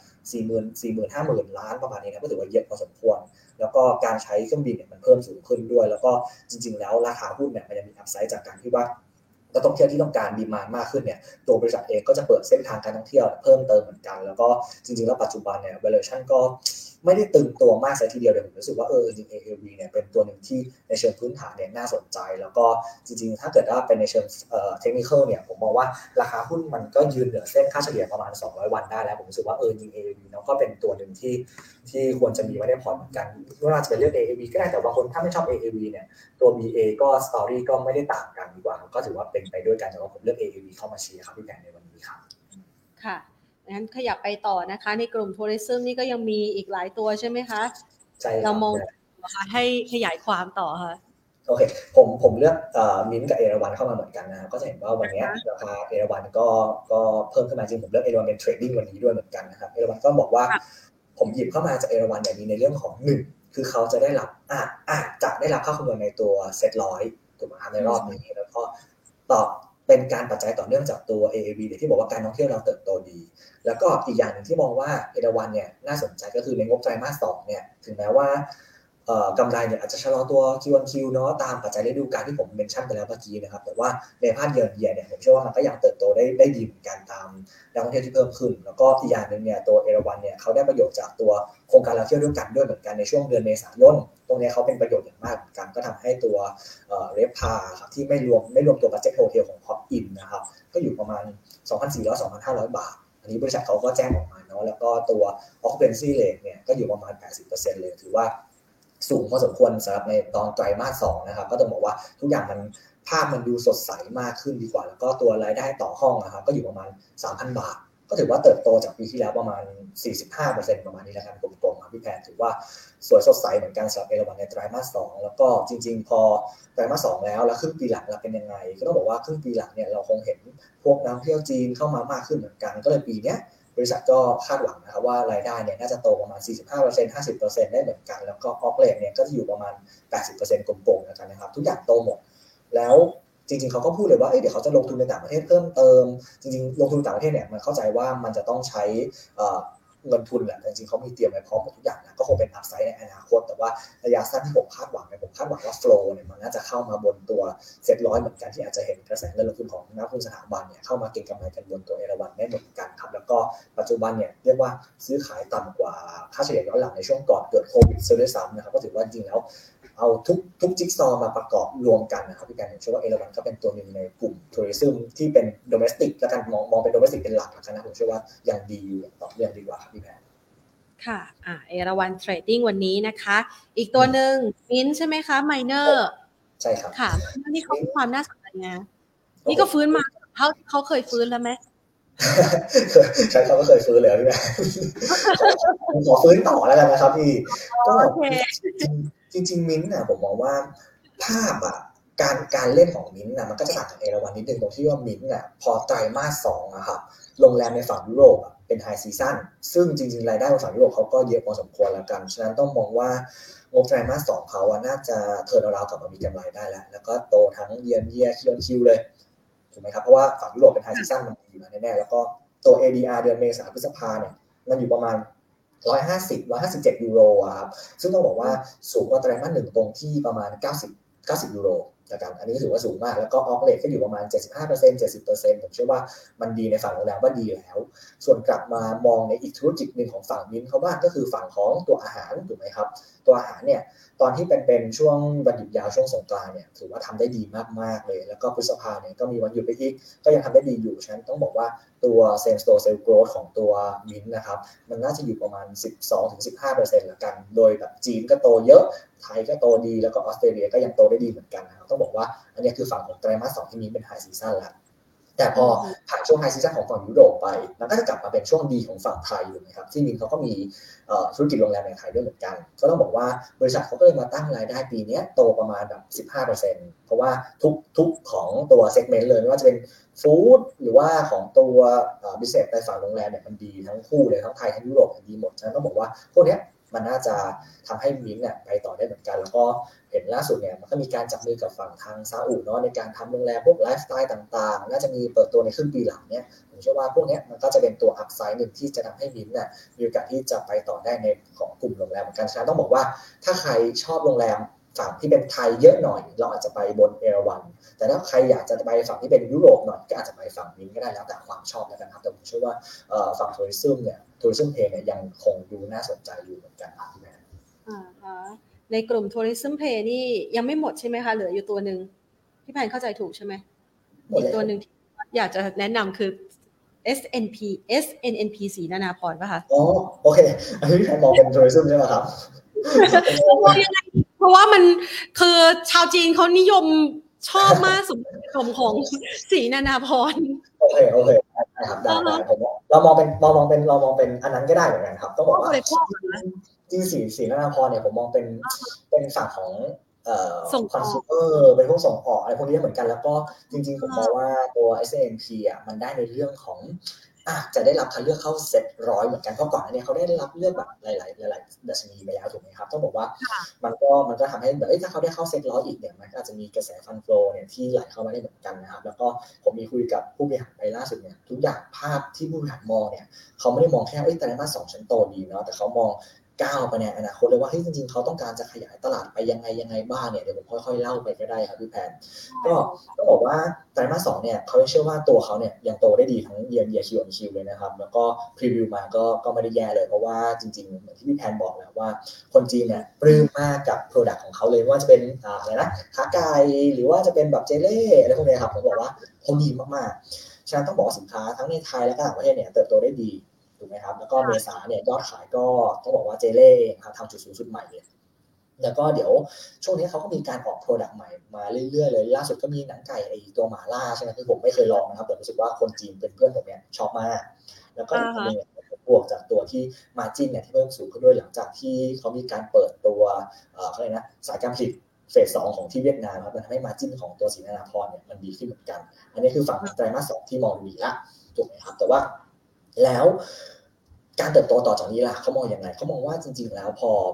50,000 ล้านประมาณนี้นะก็ถือว่าเยอะพอสมควรแล้วก็การใช้เครื่องบินเนี่ยมันเพิ่มสูงขึ้นด้วยแล้วก็จริงๆแล้วราคาหุ้นเนี่ยมันยังมีอัพไซด์จากการที่ว่านักท่องเที่ยวที่ต้องการดีมานด์มากขึ้นเนี่ยตัวบริษัทเองก็จะเปิดเส้นทางการท่องเที่ยวเพิ่มเติมเหมือนกันแล้วก็จริงๆแล้วปัจจุบันเนี่ย valuation ก็ไม่ได้ตึงตัวมากซะทีเดียวเลยผมรู้สึกว่าจริงๆ AAV เนี่ยเป็นตัวหนึ่งที่ในเชิงพื้นฐานเนี่ยน่าสนใจแล้วก็จริงๆถ้าเกิดว่าเป็นในเชิงเทคนิคอลเนี่ยผมมองว่าราคาหุ้นมันก็ยืนเหนือเส้นค่าเฉลี่ยประมาณ200วันได้แล้วผมรู้สึกว่าจริง AAV เนาะก็เป็นตัวหนึ่งที่ควรจะมีไว้ในพอร์ตเหมือนกันไม่ว่าจะเป็นเรื่อง AAV ก็ได้แต่บางคนถ้าไม่ชอบ AAV เนี่ยตัว BA ก็สตอรี่ก็ไม่ได้ต่างกันดีกว่าก็ถือว่าเป็นไปด้วยกันแต่ว่าผมเลือก AAV เข้ามาเชียร์ครับพี่แพนในวันนี้ครับค่ะงั้นขยับไปต่อนะคะในกลุ่มทัวริซึมนี่ก็ยังมีอีกหลายตัวใช่ไหมคะใช่เรามองให้ขยายความต่อค่ะโอเคผมเลือกมิ้นท์กับเอราวัณเข้ามาเหมือนกันนะก็จะเห็นว่าวันนี้ราคาเอราวัณก็เพิ่มขึ้นมาจริงผมเลือกเอราวัณเป็นเทรดดิ้งวันนี้ด้วยเหมือนกันนะครับเอราวัณก็บอกว่าผมหยิบเข้ามาจากเอราวัณเนี่ยมีในเรื่องของ1คือเขาจะได้รับจะได้รับค่าคำนวณในตัวเซ็ต100ถูกไหมครับในรอบนี้แล้วก็ต่อเป็นการปัจจัยต่อเนื่องจากตัว AAV ที่บอกว่าการท่องเที่ยวเราเติบโตดีแล้วก็อีกอย่างหนึ่งที่มองว่าเอราวัณเนี่ยน่าสนใจก็คือในงบไตรมาส 2เนี่ยถึงแม้ว่ากำไรเนี่ยอาจจะชะลอตัว Q1Q เนาะตามปัจจัยฤดูกาลที่ผมเมนชั่นไปแล้วเมื่อกี้นะครับแต่ว่าในภาคเยือนเนี่ยผมเชื่อว่ามันก็ยังเติบโตได้ดีเหมือนกันตามนักท่องเที่ยวที่เพิ่มขึ้นแล้วก็อีกอย่างนึงเนี่ยตัวเอราวัณเนี่ยเขาได้ประโยชน์จากตัวโครงการเราเที่ยวด้วยกันด้วยเหมือนกันในช่วงเดือนเมษายนตรงนี้เขาเป็นประโยชน์อย่างมากเหมือนกันก็ทำให้ตัวเรฟพาครับที่ไม่รวมตัวบัดเจ็ตโฮเทลของท็อปอินนะครับก็อยู่ประมาณ 2,400-2,500 บาทอันนี้บริษัทเขาก็แจ้งออกมาเนาะแล้วก็ตัว occupancy rate เนี่ยก็อยู่ประมาณ 80% เลยถือว่าสูงพอสมควรสำหรับในตอนไตรมาส 2นะครับก็ต้องบอกว่าทุกอย่างภาพมันดูสดใสมากขึ้นดีกว่าแล้วก็ตัวรายได้ต่อห้องนะครับก็อยู่ประมาณ 3,000 บาทก็ถือว่าเติบโตจากปีที่แล้วประมาณ 45% ประมาณนี้แล้วกันกลมๆครับพี่แพนถือว่าสวยสดใสเหมือนกันสำหรับเอราวัณในไตรมาส 2แล้วก็จริงๆพอไตรมาส 2แล้วครึ่งปีหลังเราเป็นยังไงก็ต้องบอกว่าครึ่งปีหลังเนี่ยเราคงเห็นพวกนักท่องเที่ยวจีนเข้ามามากขึ้นเหมือนกันก็เลยปีนี้บริษัทก็คาดหวังนะครับว่ารายได้เนี่ยน่าจะโตประมาณ 45% 50% ได้เหมือนกันแล้วก็ออฟเลทเนี่ยก็จะอยู่ประมาณ 80% กลมๆกันนะครับทุกอย่างโตหมดแล้วจริงๆเขาก็พูดเลยว่าเดี๋ยวเขาจะลงทุนในต่างประเทศเพิ่มเติมจริงๆลงทุนต่างประเทศเนี่ยมันเข้าใจว่ามันจะต้องใช้เงินทุนแหละจริงๆเขามีเตรียมไว้พร้อมหมดทุกอย่างนะก็คงเป็นอัพไซด์ในอนาคตแต่ว่าระยะสั้นที่ผมคาดหวังว่าโฟลว์เนี่ยมันน่าจะเข้ามาบนตัวเซ็ตร้อยเหมือนกันที่อาจจะเห็นกระแสเงินลงทุนของนักลงทุนสถาบันเนี่ยเข้ามาเก็งกำไรกันบนตัวเอราวัณได้เหมือนกันครับแล้วก็ปัจจุบันเนี่ยเรียกว่าซื้อขายต่ำกว่าค่าเฉลี่ยย้อนหลังในช่วงก่อนเกิดโควิดซะด้วยซ้ำนะครับก็ถือว่าจริงแล้วเอาทุกจิ๊กซอว์มาประกอบรวมกันนะครับพี่แกนเชื่อว่าเอราวัณก็เป็นตัวหนึ่งในกลุ่มทัวริซึมที่เป็นโดเมสติกและกันมองเป็นโดเมสติกเป็นหลักนะผมเชื่อว่ายังดีอยู่ต่อเนื่องดีกว่าครับพี่แพนค่ะเอราวัณเทรดดิ้งวันนี้นะคะอีกตัวหนึ่งมินใช่ไหมคะไมเนอร์ใช่ครับค่ะนี่เขามีความน่าสนใจนะนี่ก็ฟื้นมาเขาเคยฟื้นแล้วไหมใช่เขาก็เคยฟื้นเลยพี่แม่ขอฟื้นต่อแล้วกันนะครับพี่ก็จริงมิ้นท์นะผมมองว่าภาพการเล่นของมิ้นท์นะมันก็จะต่างจากเอราวัณนิดนึงตรงที่ว่ามิ้นท์น่ะพอไตรมาส2อะครับโรงแรมในฝั่งยุโรปเป็นไฮซีซั่นซึ่งจริงๆรายได้ของฝั่งยุโรปเขาก็เยอะพอสมควรแล้วกันฉะนั้นต้องมองว่างบไตรมาส2เขาน่าจะเทิร์นอราวด์กลับมามีกำไรได้แล้วก็โตทั้งเยียร์คิวเลยถูกไหมครับเพราะว่าฝั่งยุโรปเป็นไฮซีซั่นมันดีมาแน่ๆแล้วก็ตัว ADR เดือนเมษายนพฤษภาเนี่ยมันอยู่ประมาณ150-157 ยูโรครับซึ่งต้องบอกว่าสูงกว่าไตรมาส1ตรงที่ประมาณ90 ยูโรนะครับอันนี้ถือว่าสูงมากแล้วก็ออกเลทก็อยู่ประมาณ 75% 70% ผมเชื่อว่ามันดีในฝั่งโรงแรมว่าดีแล้วส่วนกลับมามองในอีกธุรกิจหนึ่งของฝั่งมิ้นท์เขาบ้างก็คือฝั่งของตัวอาหารถูกไหมครับตัวอาหารเนี่ยตอนที่เป็นช่วงวันหยุดยาวช่วงสงกรานต์เนี่ยถือว่าทำได้ดีมากๆเลยแล้วก็พฤษภาเนี่ยก็มีวันหยุดไปอีกก็ยังทำได้ดีอยู่ฉะนั้นต้องบอกว่าตัว same store sales growth ของตัวมิ้นท์นะครับมันน่าจะอยู่ประมาณ 12-15% ละกันโดยแบบจีนก็โตเยอะไทยก็โตดีแล้วก็ออสเตรเลียก็ยังโตได้ดีเหมือนกันนะครับต้องบอกว่าอันนี้คือฝั่งของไตรมาส2ที่มิ้นท์เป็นไฮซีซั่นแล้วแต่พอผ่านช่วงไฮซีซั่นของฝั่งยุโรปไปมันก็จะกลับมาเป็นช่วงดีของฝั่งไทยอยู่นะครับที่มิ้นท์เขาก็มีธุรกิจโรงแรมในไทยด้วยเหมือนกันก็ต้องบอกว่าบริษัทเขาก็เลยมาตั้งรายได้ปีนี้โตประมาณแบบ 15% เพราะว่าทุกของตัวเซกเมนต์เลยไม่ว่าจะเป็นฟู้ดหรือว่าของตัวบิสเนสในฝั่งโรงแรมเนี่ยมันดีทั้งคู่เลยทั้งไทยทั้งยุโรปดีหมดฉะนั้นต้องบอกว่าพวกนี้มันน่าจะทำให้มิ้นท์เนี่ยไปต่อได้เหมือนกันแล้วก็เห็นล่าสุดเนี่ยมันก็มีการจับมือกับฝั่งทางซาอุเนาะในการทำโรงแรมพวกไลฟ์สไตล์ต่างๆน่าจะมีเปิดตัวในครึ่งปีหลังเนี่ยผมเชื่อว่าพวกนี้มันก็จะเป็นตัวอัพไซด์หนึ่งที่จะทำให้มิ้นท์เนี่ยมีโอกาสที่จะไปต่อได้ในของกลุ่มโรงแรมเหมือนกันฉะนั้นต้องบอกว่าถ้าใครชอบโรงแรมฝั่งที่เป็นไทยเยอะหน่อยเราอาจจะไปบนเอราวัณแต่ถ้าใครอยากจะไปฝั่งที่เป็นยุโรปหน่อยก็อาจจะไปฝั่งมิ้นท์ก็ได้แล้วแต่ความชอบแล้วกันครับแต่ผมเชื่อว่าฝั่งทัวริซึมเพย์เนี่ยยังคงดูน่าสนใจอยู่เหมือนกันครับพี่แม่ในกลุ่มทัวริซึมเพย์นี่ยังไม่หมดใช่ไหมคะเหลืออยู่ตัวหนึ่งพี่แพนเข้าใจถูกใช่ไหมอีกตัวหนึ่งที่อยากจะแนะนำคือ SNNP ศรีนานาพรป่ะคะอ๋อโอเคอันนี้พี่แพนมองเป็นทัวริซึมใช่ไหมครับเพราะว่ามันคือชาวจีนเขานิยมชอบมากสมของศรีนานาพรโอเคครับได้ผมเรามองเป็นอันนั้นก็ได้เหมือนกันครับต้องบอกว่าจริงศรีนานาพรเนี่ยผมมองเป็นฝั่งของคอนซูเมอร์เป็นพวกส่งออกอะไรพวกนี้เหมือนกันแล้วก็จริงๆผมมองว่าตัว S&P มันได้ในเรื่องของจะได้รับคัดเลือกเข้าเซ็ตร้อยเหมือนกันเพราะก่อนอันนี้เขาได้รับเลือกแบบหลายดัชนีไปแล้วถูกไหมครับต้องบอกว่ามันก็ทำให้แบบถ้าเขาได้เข้าเซ็ตร้อยอีกเนี่ยมันอาจจะมีกระแสฟันโฟเนี่ยที่ไหลเข้ามาได้เหมือนกันนะครับแล้วก็ผมมีคุยกับผู้บริหารไปล่าสุดเนี่ยทุกอย่างภาพที่ผู้บริหารมองเนี่ยเขาไม่ได้มองแค่ไตรมาส2ชั้นโตดีเนาะแต่เขามองก้าวไปในอนาคตเลยว่าจริงๆเขาต้องการจะขยายตลาดไปยังไงบ้างเนี่ยเดี๋ยวผมค่อยๆเล่าไปก็ได้ครับพี่แพนก็ต้องบอกว่าไตรมาส2เนี่ยเขาเชื่อว่าตัวเขาเนี่ยยังโตได้ดีทั้งเยียร์คิวเลยนะครับแล้วก็พรีวิวมาก็ไม่ได้แย่เลยเพราะว่าจริงๆเหมือนที่พี่แพนบอกแล้วว่าคนจีนเนี่ยปลื้มมากกับ product ของเขาเลยว่าจะเป็นอะไรนะขาไก่หรือว่าจะเป็นแบบเจเล่อะไรพวกนี้ครับผมบอกว่าเขาดีมากๆฉะนั้นต้องบอกสินค้าทั้งในไทยและก็ต่างประเทศเนี่ยเติบโตได้ดีถูกไหมครับแล้วก็เมษาเนี่ยยอดขายก็ต้องบอกว่าเจเล่ทำจุดสูงสุดใหม่เลยแล้วก็เดี๋ยวช่วงนี้เขาก็มีการออกโปรดักต์ใหม่มาเรื่อยๆเลยล่าสุดก็มีหนังไก่ไอตัวหม่าล่าใช่ไหมที่ผมไม่เคยลองนะครับแต่รู้สึกว่าคนจีนเป็นเพื่อนผมเนี่ยชอบมากแล้วก็อีกอันนึงบวกจากตัวที่มาร์จิ้นเนี่ยที่เพิ่มสูงขึ้นด้วยหลังจากที่เขามีการเปิดตัวเขาเรียกนะสายการผลิตเฟส 2ของที่เวียดนามครับมันทำให้มาร์จิ้นของตัวศรีนานาพรเนี่ยมันดีขึ้นเหมือนกันอันนี้คือฝั่งไตรมาส 2ที่มองดีละถูกไหมครับแต่ว่าแล้วการเติบโตต่อจากนี้ล่ะเขามองอย่างไรเขามองว่าจริงๆแล้วพอ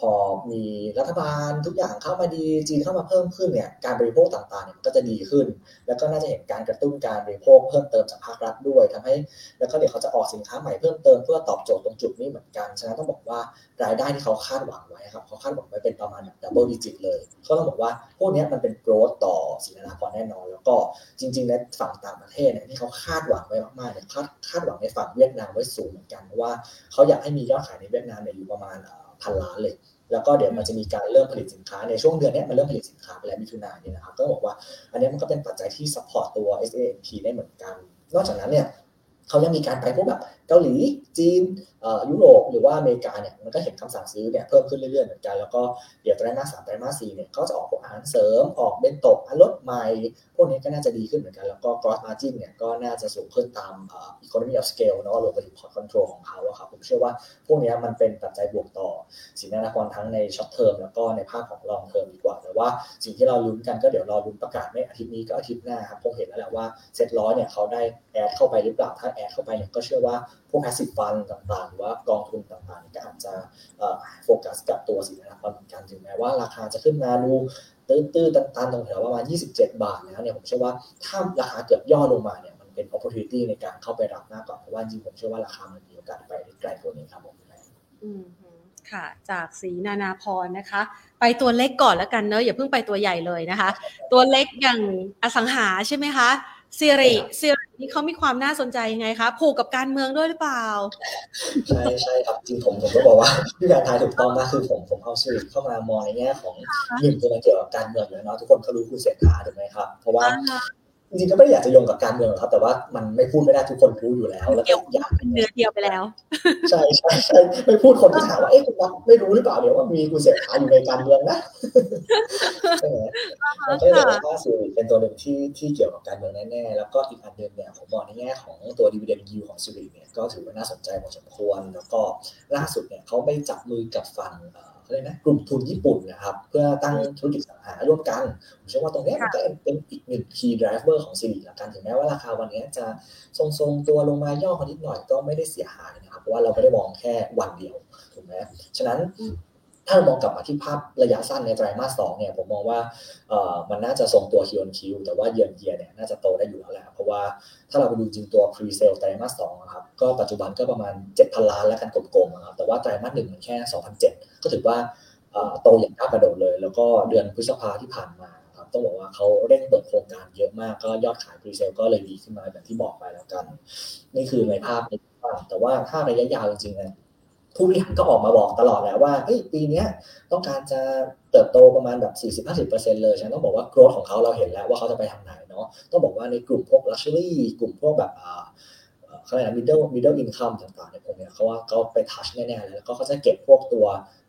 พอมีรัฐบาลทุกอย่างเข้ามาดีจีนเข้ามาเพิ่มขึ้นเนี่ยการบริโภคต่างๆเนี่ยก็จะดีขึ้นแล้วก็น่าจะเห็นการกระตุ้นการบริโภคเพิ่มเติมจากภาครัฐด้วยทำให้แล้วก็เดี๋ยวเขาจะออกสินค้าใหม่เพิ่มเติมเพื่อตอบโจทย์ตรงจุดนี้เหมือนกันฉะนั้นต้องบอกว่ารายได้ที่เขาคาดหวังไว้ครับเขาคาดหวังไว้เป็นประมาณดับเบิลดิจิตเลยเขาต้องบอกว่าพวกนี้มันเป็นโกรธต่อสินค้าแน่นอนแล้วก็จริงๆในฝั่งต่างประเทศเนี่ยที่เขาคาดหวังไว้มากๆเนี่ยคาดหวังในฝั่งเวียดนามไว้สูงเหมือนกันเพราะว่าเขาอยากให้มียอดขายในเวียดนามเนี่ยอยู่ประมาณ1,000 ล้านเลยแล้วก็เดี๋ยวมันจะมีการเริ่มผลิตสินค้าในช่วงเดือนนี้มันเริ่มผลิตสินค้าไปแล้วมิถุนายนเนี่ยนะครับก็บอกว่าอันนี้มันก็เป็นปัจจัยที่ซัพพอร์ตตัว SAMP ได้เหมือนกันนอกจากนั้นเนี่ยเขายังมีการไปพวกแบบเกาหลีจีนยุโรปหรือว่าอเมริกาเนี่ยมันก็เห็นคำสั่งซื้อเนี่ยเพิ่มขึ้นเรื่อยๆเหมือนกันแล้วก็เดี๋ยวไตรมาส 3ไตรมาส 4เนี่ยก็จะออกพวกอาหารเสริมออกเบนโตะรถใหม่พวกนี้ก็น่าจะดีขึ้นเหมือนกันแล้วก็ gross margin เนี่ยก็น่าจะสูงขึ้นตามeconomy of scale เนาะรวมไปถึง cost control ของเขาอะครับผมเชื่อว่าพวกนี้มันเป็นปัจจัยบวกต่อสินค้าทั้งใน short term แล้วก็ในภาคของ long term ดีกว่าแต่ว่าสิ่งที่เราลุ้นกันก็เดี๋ยวรอลุ้นประกาศไม่อาทิตย์นี้ก็อาทิตย์หน้าครับคงเห็นแล้วแหละว่าเซ็ตร้อยเนี่ยเขาได้แอดเข้าไปหรือเปล่าถ้าแอดเข้าไปเนี่ยก็เชื่อว่าพวก passive fund ต่างๆหรือว่ากองทุนต่างๆก็อาจจะโฟกัสกับตัวสินค้าเหมือนกันถึงแม้ว่าราคาจะขึ้นมาดูตื้อๆตันๆตรงแถวประมาณ27 บาทแล้วเนี่ยผมเชื่อว่าถ้าราคาเกิดย่อลงมาเนี่ยมันเป็น opportunity ในการเข้าไปรับมากกว่าเพราะว่าจริงผมเชื่อว่าราคามันมีโอกาสไปได้ไกลกว่านี้ครับผมค่ะจากศรีนานาพรนะคะไปตัวเล็กก่อนแล้วกันเนอะอย่าเพิ่งไปตัวใหญ่เลยนะคะตัวเล็กอย่างอสังหาใช่ไหมคะซีรีนี่เขามีความน่าสนใจยังไงคะผูกกับการเมืองด้วยหรือเปล่าใช่ครับจริงผมก็บอกว่าพี่การทายถูกต้องนะคือผมเอาซีรีเข้ามามองในแง่ของหนึ่งตัวมันเกี่ยวกับการเมืองอยู่แล้วเนาะทุกคนเขารู้คุณเศรษฐาถูกไหมครับเพราะว่าจริงๆก็ไม่ได้อยากจะโยงกับการเมืองหรอกครับแต่ว่ามันไม่พูดไม่ได้ทุกคนรู้อยู่แล้วแล้วก็อยากเป็นเนื้อเดียวไปแล้วใช่ไม่พูดคนก็ถามว่าคุณรักไม่รู้หรือเปล่าเดี๋ยวว่ามีคุณเศรษฐาอยู่ในการเมืองนะใช่ไหมมันก็เลยบอกว่าซีรีเป็นตัวหนึ่งที่เกี่ยวกับการเมืองแน่ๆแล้วก็อีกอันนึงเนี่ยผมบอกในแง่ของตัว dividend yield ของซีรีเนี่ยก็ถือว่าน่าสนใจพอสมควรแล้วก็ล่าสุดเนี่ยเขาไปจับมือกับฝั่งเลยนะกลุ่มทุนญี่ปุ่นนะครับเพื่อตั้งธุรกิจสังหาร่วมกันผมเชื่อว่าตรงนี้มันก็เป็นอีกหนึ่ง key driver ของซีรีส์ละกันถึงแม้ว่าราคาวันนี้จะทรงๆตัวลงมาย่อมานิดหน่อยก็ไม่ได้เสียหายนะครับเพราะว่าเราไม่ได้มองแค่วันเดียวถูกไหมฉะนั้นถ้าเรามองกลับมาที่ภาพระยะสั้นในไตรมาส 2เนี่ยผมมองว่ามันน่าจะทรงตัว Q-on-Q แต่ว่า year-on-year เนี่ยน่าจะโตได้อยู่แล้วแหละเพราะว่าถ้าเราไปดูจริงตัว pre-sale ไตรมาส 2ครับก็ปัจจุบันก็ประมาณ 7,000 ล้านแล้วกันกลมๆนะครับแต่ว่าไตรมาส 1มันแค่ 2,700 ก็ถือว่าโตอย่างก้าวกระโดดเลยแล้วก็เดือนพฤษภาที่ผ่านมาครับต้องบอกว่าเขาเร่งเปิดโครงการเยอะมากก็ยอดขาย pre-sale ก็เลยดีขึ้นมาแบบที่บอกไปแล้วกันนี่คือในภาพนี้แต่ว่าถ้าระยะยาวจริงๆนะผู้บริหารก็ออกมาบอกตลอดแล้วว่าปีนี้ต้องการจะเติบโตประมาณแบบ 40-50% เลยฉะนั้นต้องบอกว่า growth ของเขาเราเห็นแล้วว่าเขาจะไปทางไหนเนาะต้องบอกว่าในกลุ่มพวก luxury กลุ่มพวกแบบเขาเรียกอะไร middle income ต่างๆเนี่ยพวกเนี้ยเขาว่าเขาไป touch แน่ๆแล้วก็เขาจะเก็บพวกตัว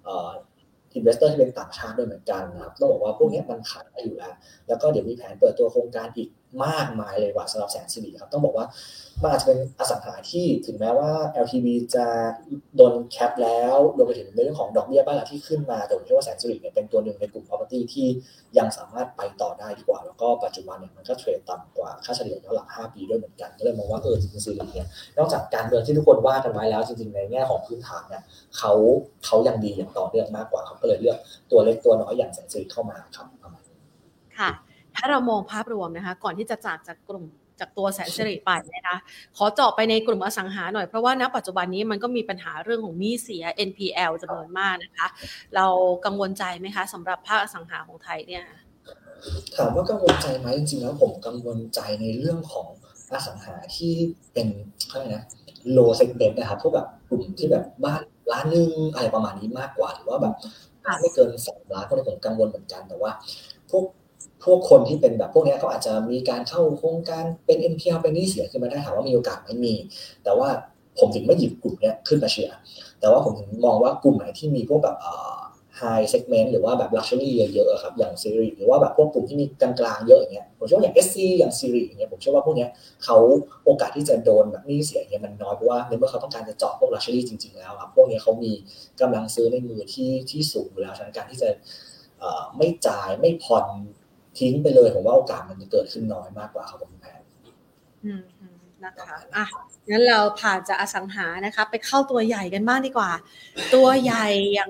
investor ที่เป็นต่างชาติด้วยเหมือนกันนะครับต้องบอกว่าพวกนี้มันขายได้อยู่แล้วก็เดี๋ยวมีแผนเปิดตัวโครงการอีกมากมายเลยว่าสำหรับแสนสิริครับต้องบอกว่ามันอาจจะเป็นอสังหาที่ถึงแม้ว่า LTV จะโดนแคปแล้วรวมไปถึงในเรื่องของดอกเบี้ยบ้านเราที่ขึ้นมาแต่ผมเชื่อว่าแสนสิริเนี่ยเป็นตัวหนึ่งในกลุ่ม property ที่ยังสามารถไปต่อได้ดีกว่าแล้วก็ปัจจุบันเนี่ยมันก็เทรดต่ำกว่าค่าเฉลี่ยย้อนหลัง5 ปีด้วยเหมือนกันก็เลยมองว่าจริงๆสิริเนี่ยนอกจากการเมืองที่ทุกคนว่ากันไว้แล้วจริงๆในแง่ของพื้นฐานเนี่ยเขายังดีอย่างต่อเนื่องมากกว่าเขาก็เลยเลือกตัวเล็กตัวน้อยอย่างแสนสิริเข้ามาครับค่ะถ้าเรามองภาพรวมนะคะก่อนที่จะจากกลุ่มจากตัวแสนสิริไปนะคะขอเจาะไปในกลุ่มอสังหาหน่อยเพราะว่าณปัจจุบันนี้มันก็มีปัญหาเรื่องของหนี้เสีย NPL จำนวนมากนะคะเรากังวลใจไหมคะสำหรับภาคอสังหาของไทยเนี่ยถามว่ากังวลใจไหมจริงๆแล้วผมกังวลใจในเรื่องของอสังหาที่เป็นอะไรนะ low segment นะครับพวกแบบกลุ่มที่แบบบ้านล้านนึงอะไรประมาณนี้มากกว่าหรือว่าแบบไม่เกิน2 ล้านพวกนี้ผมกังวลเหมือนกันแต่ว่าพวกคนที่เป็นแบบพวกนี้เขาอาจจะมีการเข้าโครงการเป็น NPL เป็นหนี้เสียขึ้นมาได้ถามว่ามีโอกาสไม่มีแต่ว่าผมถึงไม่หยิบกลุ่มนี้ขึ้นมาเชียร์แต่ว่าผมมองว่ากลุ่มไหนที่มีพวกแบบhigh segment หรือว่าแบบ luxury เยอะๆครับอย่างซีรีส์หรือว่าแบบพวกกลุ่มที่มีกลางๆเยอะอย่างเงี้ยผมเชื่อว่าอย่าง SC อย่างซีรีส์อย่างเงี้ยผมเชื่อว่าพวกเนี้ยเขาโอกาสที่จะโดนแบบนี้เสียเนี่ยมันน้อยเพราะว่าในเมื่อเขาต้องการจะเจาะพวก luxury จริงๆแล้วครับพวกนี้เขามีกำลังซื้อในมือที่สูงอยู่แล้วฉะนั้นการที่จะไม่จ่ายไม่ผ่อนทิ้งไปเลยผมว่าโอกาสมันจะเกิดขึ้นน้อยมากกว่าครับผมแพนนะคะงั้นเราผ่านจากอสังหานะคะไปเข้าตัวใหญ่กันบ้างดีกว่าตัวใหญ่อย่าง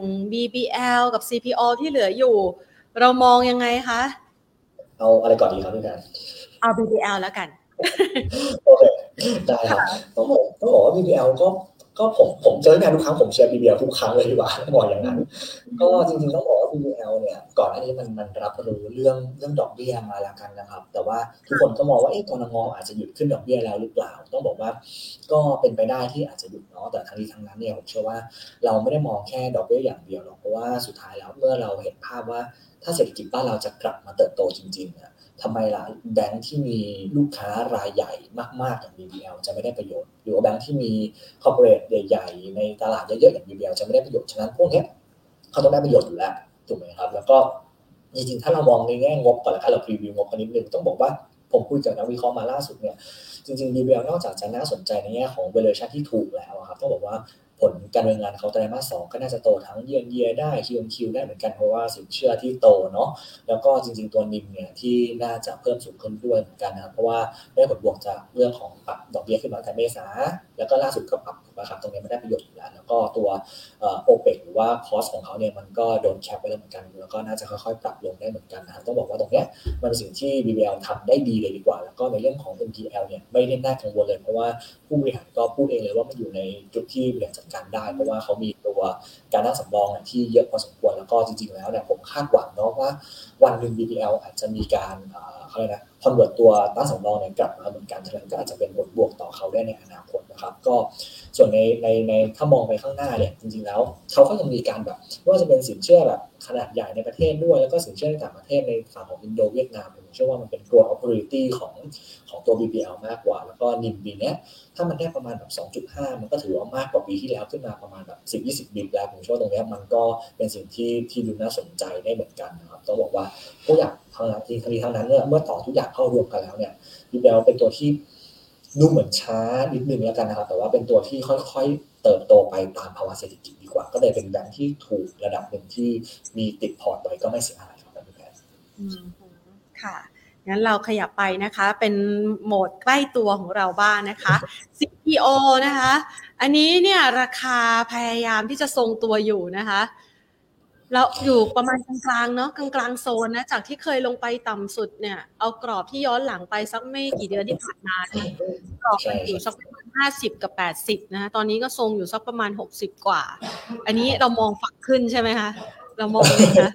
BBL กับ CPO ที่เหลืออยู่เรามองยังไงคะเอาอะไรก่อนดีครับพี่แพนเอา BBL แล้วกันโอเคได้ครับต้องบอกว่า BBL ก็ผมเจอพี่แพนทุกครั้งผมเชียร์ BBL ทุกครั้งเลยดีกว่าต้องบอกอย่างนั้นก็จริงๆต้องบอกว่า BBL เนี่ยก่อนหน้านี้มันรับรู้เรื่องดอกเบี้ยมาแล้วกันนะครับแต่ว่าทุกคนก็มองว่ากนง.อาจจะหยุดขึ้นดอกเบี้ยแล้วหรือเปล่าต้องบอกว่าก็เป็นไปได้ที่อาจจะหยุดเนาะแต่ทั้งนี้ทั้งนั้นเนี่ยผมเชื่อว่าเราไม่ได้มองแค่ดอกเบี้ยอย่างเดียวหรอกเพราะว่าสุดท้ายแล้วเมื่อเราเห็นภาพว่าถ้าเศรษฐกิจบ้านเราจะกลับมาเติบโตจริงๆทำไมล่ะแบงค์ที่มีลูกค้ารายใหญ่มากๆอย่าง BBL จะไม่ได้ประโยชน์หรือว่าแบงค์ที่มีคอร์ปอเรทใหญ่ๆในตลาดเยอะๆอย่าง BBL จะไม่ได้ประโยชน์ฉะนั้นพวกนี้เขาต้องได้ประโยชน์อยู่แล้วถูกไหมครับแล้วก็จริงๆถ้าเรามองในแง่งบก่อนละกันเราพรีวิวงบกันนิดนึงต้องบอกว่าผมคุยกับนักวิเคราะห์มาล่าสุดเนี่ยจริงๆ BBL นอกจากจะน่าสนใจในแง่ของ valuation ที่ถูกแล้วครับต้องบอกว่าผลการดำเนินงานเขาไตรมาส 2ก็น่าจะโตทั้งเยียร์ได้ Q-on-Q ได้เหมือนกันเพราะว่าสินเชื่อที่โตเนาะแล้วก็จริงๆตัวนิมเนี่ยที่น่าจะเพิ่มสูงขึ้นด้วยเหมือนกันนะครับเพราะว่าได้ผลบวกจากเรื่องของปรับดอกเบี้ยขึ้นมาแต่เมษาแล้วก็ล่าสุดก็ปรับนะครับตรงนี้ไม่ได้ประโยชน์อยู่แล้วแล้วก็ตัวOPEX หรือว่า cost ของเขาเนี่ยมันก็โดนแคปไว้แล้วเหมือนกันแล้วก็น่าจะค่อยๆปรับลงได้เหมือนกันนะครับต้องบอกว่าตรงเนี้ยมันเป็นสิ่งที่ BBL ทำได้ดีเลยดีกว่าแล้วก็ในเรื่องของ NPL เนี่ยไม่ได้น่ากังวลเลยเพราะว่าผู้บริหารก็พูดเองเลยว่ามันอยู่ในจุดที่บริหารจัดการได้เพราะว่าเขามีตัวการตั้งสำรองที่เยอะพอสมควรแล้วก็จริงๆแล้วเนี่ยผมคาดหวังเนาะว่าวันหนึ่ง BBL อาจจะมีการเขาเรียกนะคอนเวิร์ตตัวตั้งสำรองเนี่ยกลับมาเหมือนกันฉะนั้นก็อาจจะเป็นผลบวกต่อเขาได้ในอนาคตนะครับก็ส่วนในถ้ามองไปข้างหน้าเนี่ยจริงๆแล้วเขาก็ยังมีการแบบไม่ว่าจะเป็นสินเชื่อแบบขนาดใหญ่ในประเทศด้วยแล้วก็สินเชื่อในต่างประเทศในฝั่งของอินโดเวียดนามผมเชื่อว่ามันเป็นตัว opportunity ของตัว BBL มากกว่าแล้วก็นิมปีนี้ถ้ามันได้ประมาณแบบ 2.5 มันก็ถือว่ามากกว่าปีที่แล้วขึ้นมาประมาณแบบ10-20 บิปแล้วผมเชื่อว่าตรงนี้มันก็เป็นสิ่งที่ดูน่าสนใจได้เหมือนกันนะครับต้องบอกว่าทุกอย่างทั้งนั้นเนี่ยเมื่อต่อทุกอย่างเข้ารวมกันแล้วเนี่ย BBL เป็นตัวที่ดูเหมือนช้านิดนึงแล้วกันนะครับแต่ว่าเป็นตัวที่ค่อยๆเติบโตไปตามภาวะเศรษฐกิจดีกว่าก็เลยเป็นแบงค์ที่ถูกระดับหนึ่งที่มีติดพอร์ตไว้ก็ไม่เสียหายครับพี่แพทย์ค่ะงั้นเราขยับไปนะคะเป็นโหมดใกล้ตัวของเราบ้างนะคะ CPO นะคะอันนี้เนี่ยราคาพยายามที่จะทรงตัวอยู่นะคะเราอยู่ประมาณกลางๆเนาะกลางๆโซนนะจากที่เคยลงไปต่ำสุดเนี่ยเอากรอบที่ย้อนหลังไปสักไม่กี่เดือนที่ผ่านมาเนี่ยกรอบมันอยู่สักประมาณ50กับ80นะคะตอนนี้ก็ทรงอยู่สักประมาณ60กว่าอันนี้เรามองฝั่งขึ้นใช่ไหมคะเรามองไหมคะ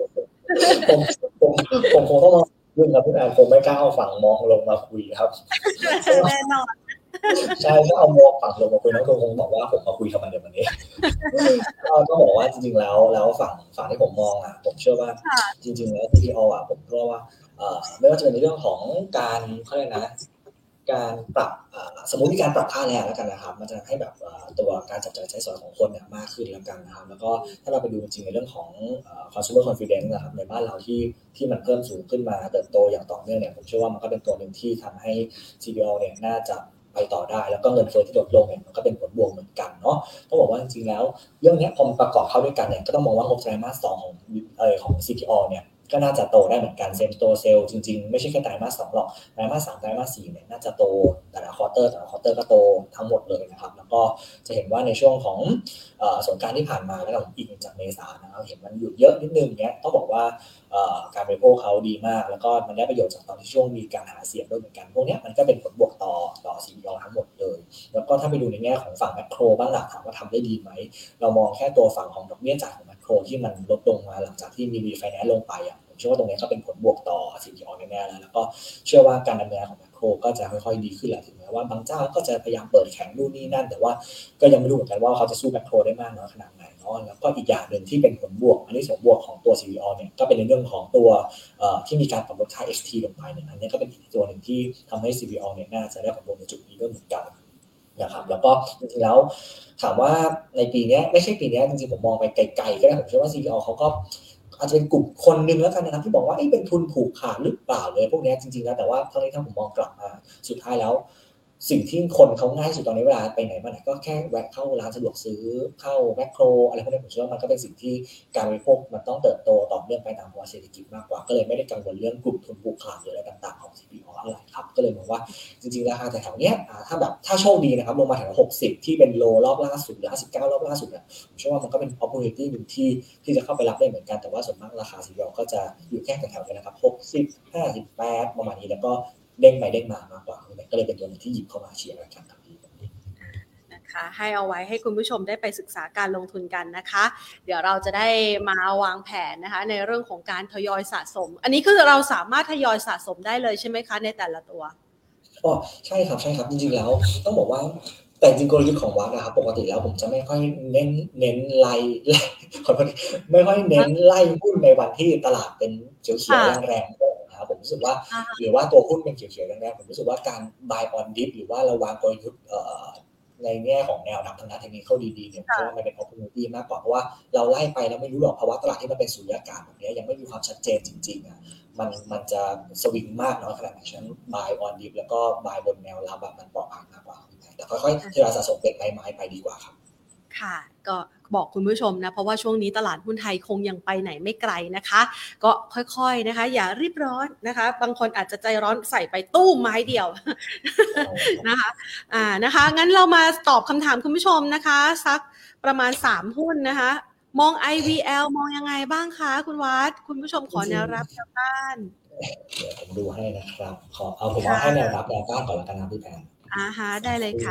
ผมคงต้องมาคุยครับพี่แอนคงไม่กล้าเอาฝั่งมองลงมาคุยครับแน่นอนใช่ถ้าเอามองฝั่งลงมาคุยน้องคงบอกว่าผมมาคุยทำไมเดี๋ยววันนี้ก็บอกว่าจริงๆแล้วฝั่งที่ผมมองผมเชื่อว่าจริงๆแล้ว CPO ผมเชื่อว่าไม่ว่าจะเป็นในเรื่องของการเขาเรียกนะการปรับสมมุติมีการปรับค่าแรงแล้วกันนะครับมันจะให้แบบตัวการจับจ่ายใช้สอยของคนเนี่ยมากขึ้นแล้วกันนะครับแล้วก็ถ้าเราไปดูจริงๆในเรื่องของ consumer confidence นะครับในบ้านเราที่มันเพิ่มสูงขึ้นมาเติบโตอย่างต่อเนื่องเนี่ยผมเชื่อว่ามันก็เป็นตัวหนึ่งที่ทำให้ CPO เนี่ยน่าจะไปต่อได้แล้วก็เงินเฟ้อที่ลดลงเนี่ยมันก็เป็นผลบวกเหมือนกันเนาะต้องบอกว่าจริงๆแล้วเรื่องนี้พอมันประกอบเข้าด้วยกันเนี่ยก็ต้องมองว่างบไตรมาส 2ของ CPO เนี่ยก็น่าจะโตได้เหมือนกันเซมโตเซลจริงๆไม่ใช่แค่ไตรมาส 2หรอกไตรมาส 3ไตรมาส 4เนี่ยน่าจะโตแต่ละควอเตอร์ก็โตทั้งหมดเลยนะครับแล้วก็จะเห็นว่าในช่วงของสงกรานต์ที่ผ่านมาแล้วผมอิงจากเมษานะครับเห็นมันหยุดเยอะนิดนึงเนี้ยต้องบอกว่าการบริโภคเขาดีมากแล้วก็มันได้ประโยชน์จากตอนที่ช่วงมีการหาเสียงด้วยเหมือนกันพวกนี้มันก็เป็นผลบวกต่อ CPO ทั้งหมดเลยแล้วก็ถ้าไปดูในแง่ของฝั่งแมคโครบ้างล่ะถามว่าทำได้ดีไหมเรามองแค่ตัวฝั่งของดอกเบี้ยจ่ายของแมคโครที่มันลดลงมาหลังจากที่มีรีไฟแนนซ์ลงไปผมเชื่อว่าตรงนี้ก็เป็นผลบวกต่อ CPO แน่ๆแล้วก็เชื่อว่าการดำเนินของแมคโครก็จะค่อยๆดีขึ้นแหละถึงแม้ว่าบางเจ้าก็จะพยายามเปิดแข็งนู่นนี่นั่นแต่ว่าก็ยังไม่รู้เหมือนกันว่าเขาจะสู้แมคโครได้มากน้อยขนาดไหนแล้วก็อีกอย่างหนึ่งที่เป็นผลบวกอันนี้ส่วนบวกของตัว CPO เนี่ยก็เป็นในเรื่องของตัวที่มีการปรับลดค่า XT ลงไปเนี่ยอันนี้ก็เป็นอีกตัวหนึ่งที่ทำให้ CPO เนี่ยน่าจะได้ผลบวกในจุดนี้ด้วยเหมือนกันนะครับแล้วก็จริงๆแล้วถามว่าในปีนี้ไม่ใช่ปีนี้จริงๆผมมองไปไกลๆก็ได้ผมเชื่อว่า CPO เขาก็อาจจะเป็นกลุ่มคนนึงแล้วกันนะครับที่บอกว่าเป็นทุนผูกขาดหรือเปล่าเลยพวกนี้จริงๆแล้วแต่ว่าทั้งนี้ทั้งผมมองกลับมาสุดท้ายแล้วสิ่งที่คนเขาง่ายสุดตอนนี้เวลาไปไหนมาไหนก็แค่แวะเข้าร้านสะดวกซื้อเข้าแมคโครอะไรพวกนี้ผมเชื่อว่ามันก็เป็นสิ่งที่การบริโภคมันต้องเติบโตต่อเนื่องไปตามภาวะเศรษฐกิจมากกว่าก็เลยไม่ได้กังวลเรื่องกลุ่มทุนผูกขาดหรืออะไรต่างๆของ CPO เท่าไหร่ครับก็เลยมองว่าจริงๆราคาแถวๆเนี้ยถ้าโชคดีนะครับลงมาแถว60ที่เป็นโลรอบล่าสุดหรือ59รอบล่าสุดเนี่ยผมเชื่อว่ามันก็เป็น opportunity นึงที่จะเข้าไปรับได้เหมือนกันแต่ว่าส่วนมากราคา CPO ก็จะอยู่แค่แถวๆนี้นะครับ60 58ประมาณนี้แล้วก็เด้งไปเด้งมามากกว่าก็เลยเป็นตัวนึงที่หยิบเข้ามาเชียร์กันครับนะคะให้เอาไว้ให้คุณผู้ชมได้ไปศึกษาการลงทุนกันนะคะเดี๋ยวเราจะได้มาวางแผนนะคะในเรื่องของการทยอยสะสมอันนี้คือเราสามารถทยอยสะสมได้เลยใช่ไหมคะในแต่ละตัวอ๋อใช่ครับจริงๆแล้วต้องบอกว่าแต่จริงกลยุทธ์ของวัดนะครับปกติแล้วผมจะไม่ค่อยเน้นไล่ขอโทษไม่ค่อยเน้นไล่หุ้นในวันที่ตลาดเป็นเขียวๆแรงๆนะครับผมรู้สึกว่าหรือว่าตัวหุ้นเป็นเขียวๆแรงๆผมรู้สึกว่าการ buy on dip หรือว่าเราวางกลยุทธ์ในแง่ของแนวรับทางด้านเทคนิคดีๆเนี่ยเพราะว่ามันเป็น opportunity มากกว่าเพราะว่าเราไล่ไปแล้วไม่รู้หรอกภาวะตลาดที่มันเป็นสุญญากาศแบบนี้ยังไม่มีความชัดเจนจริงๆมันจะสวิงมากเนาะขนาดนั้น buy on dip แล้วก็ buy บนแนวรับแบบมันปลอดภัยมากกว่าแต่ค่อยๆทยอยสะสมเป็นไม้ไปดีกว่าครับค่ะก็บอกคุณผู้ชมนะเพราะว่าช่วงนี้ตลาดหุ้นไทยคงยังไปไหนไม่ไกลนะคะก็ค่อยๆนะคะอย่ารีบร้อนนะคะบางคนอาจจะใจร้อนใส่ไปตู้ไม้เดียวนะคะนะคะงั้นเรามาตอบคำถามคุณผู้ชมนะคะสักประมาณ3หุ้นนะคะมอง IVL มองยังไงบ้างคะคุณวัดคุณผู้ชมขอแนวรับแนวต้านเดี๋ยวผมดูให้นะครับผมเอาให้แนวรับแนวต้านก่อนแล้วกันนะพี่แพนได้เลยค่ะ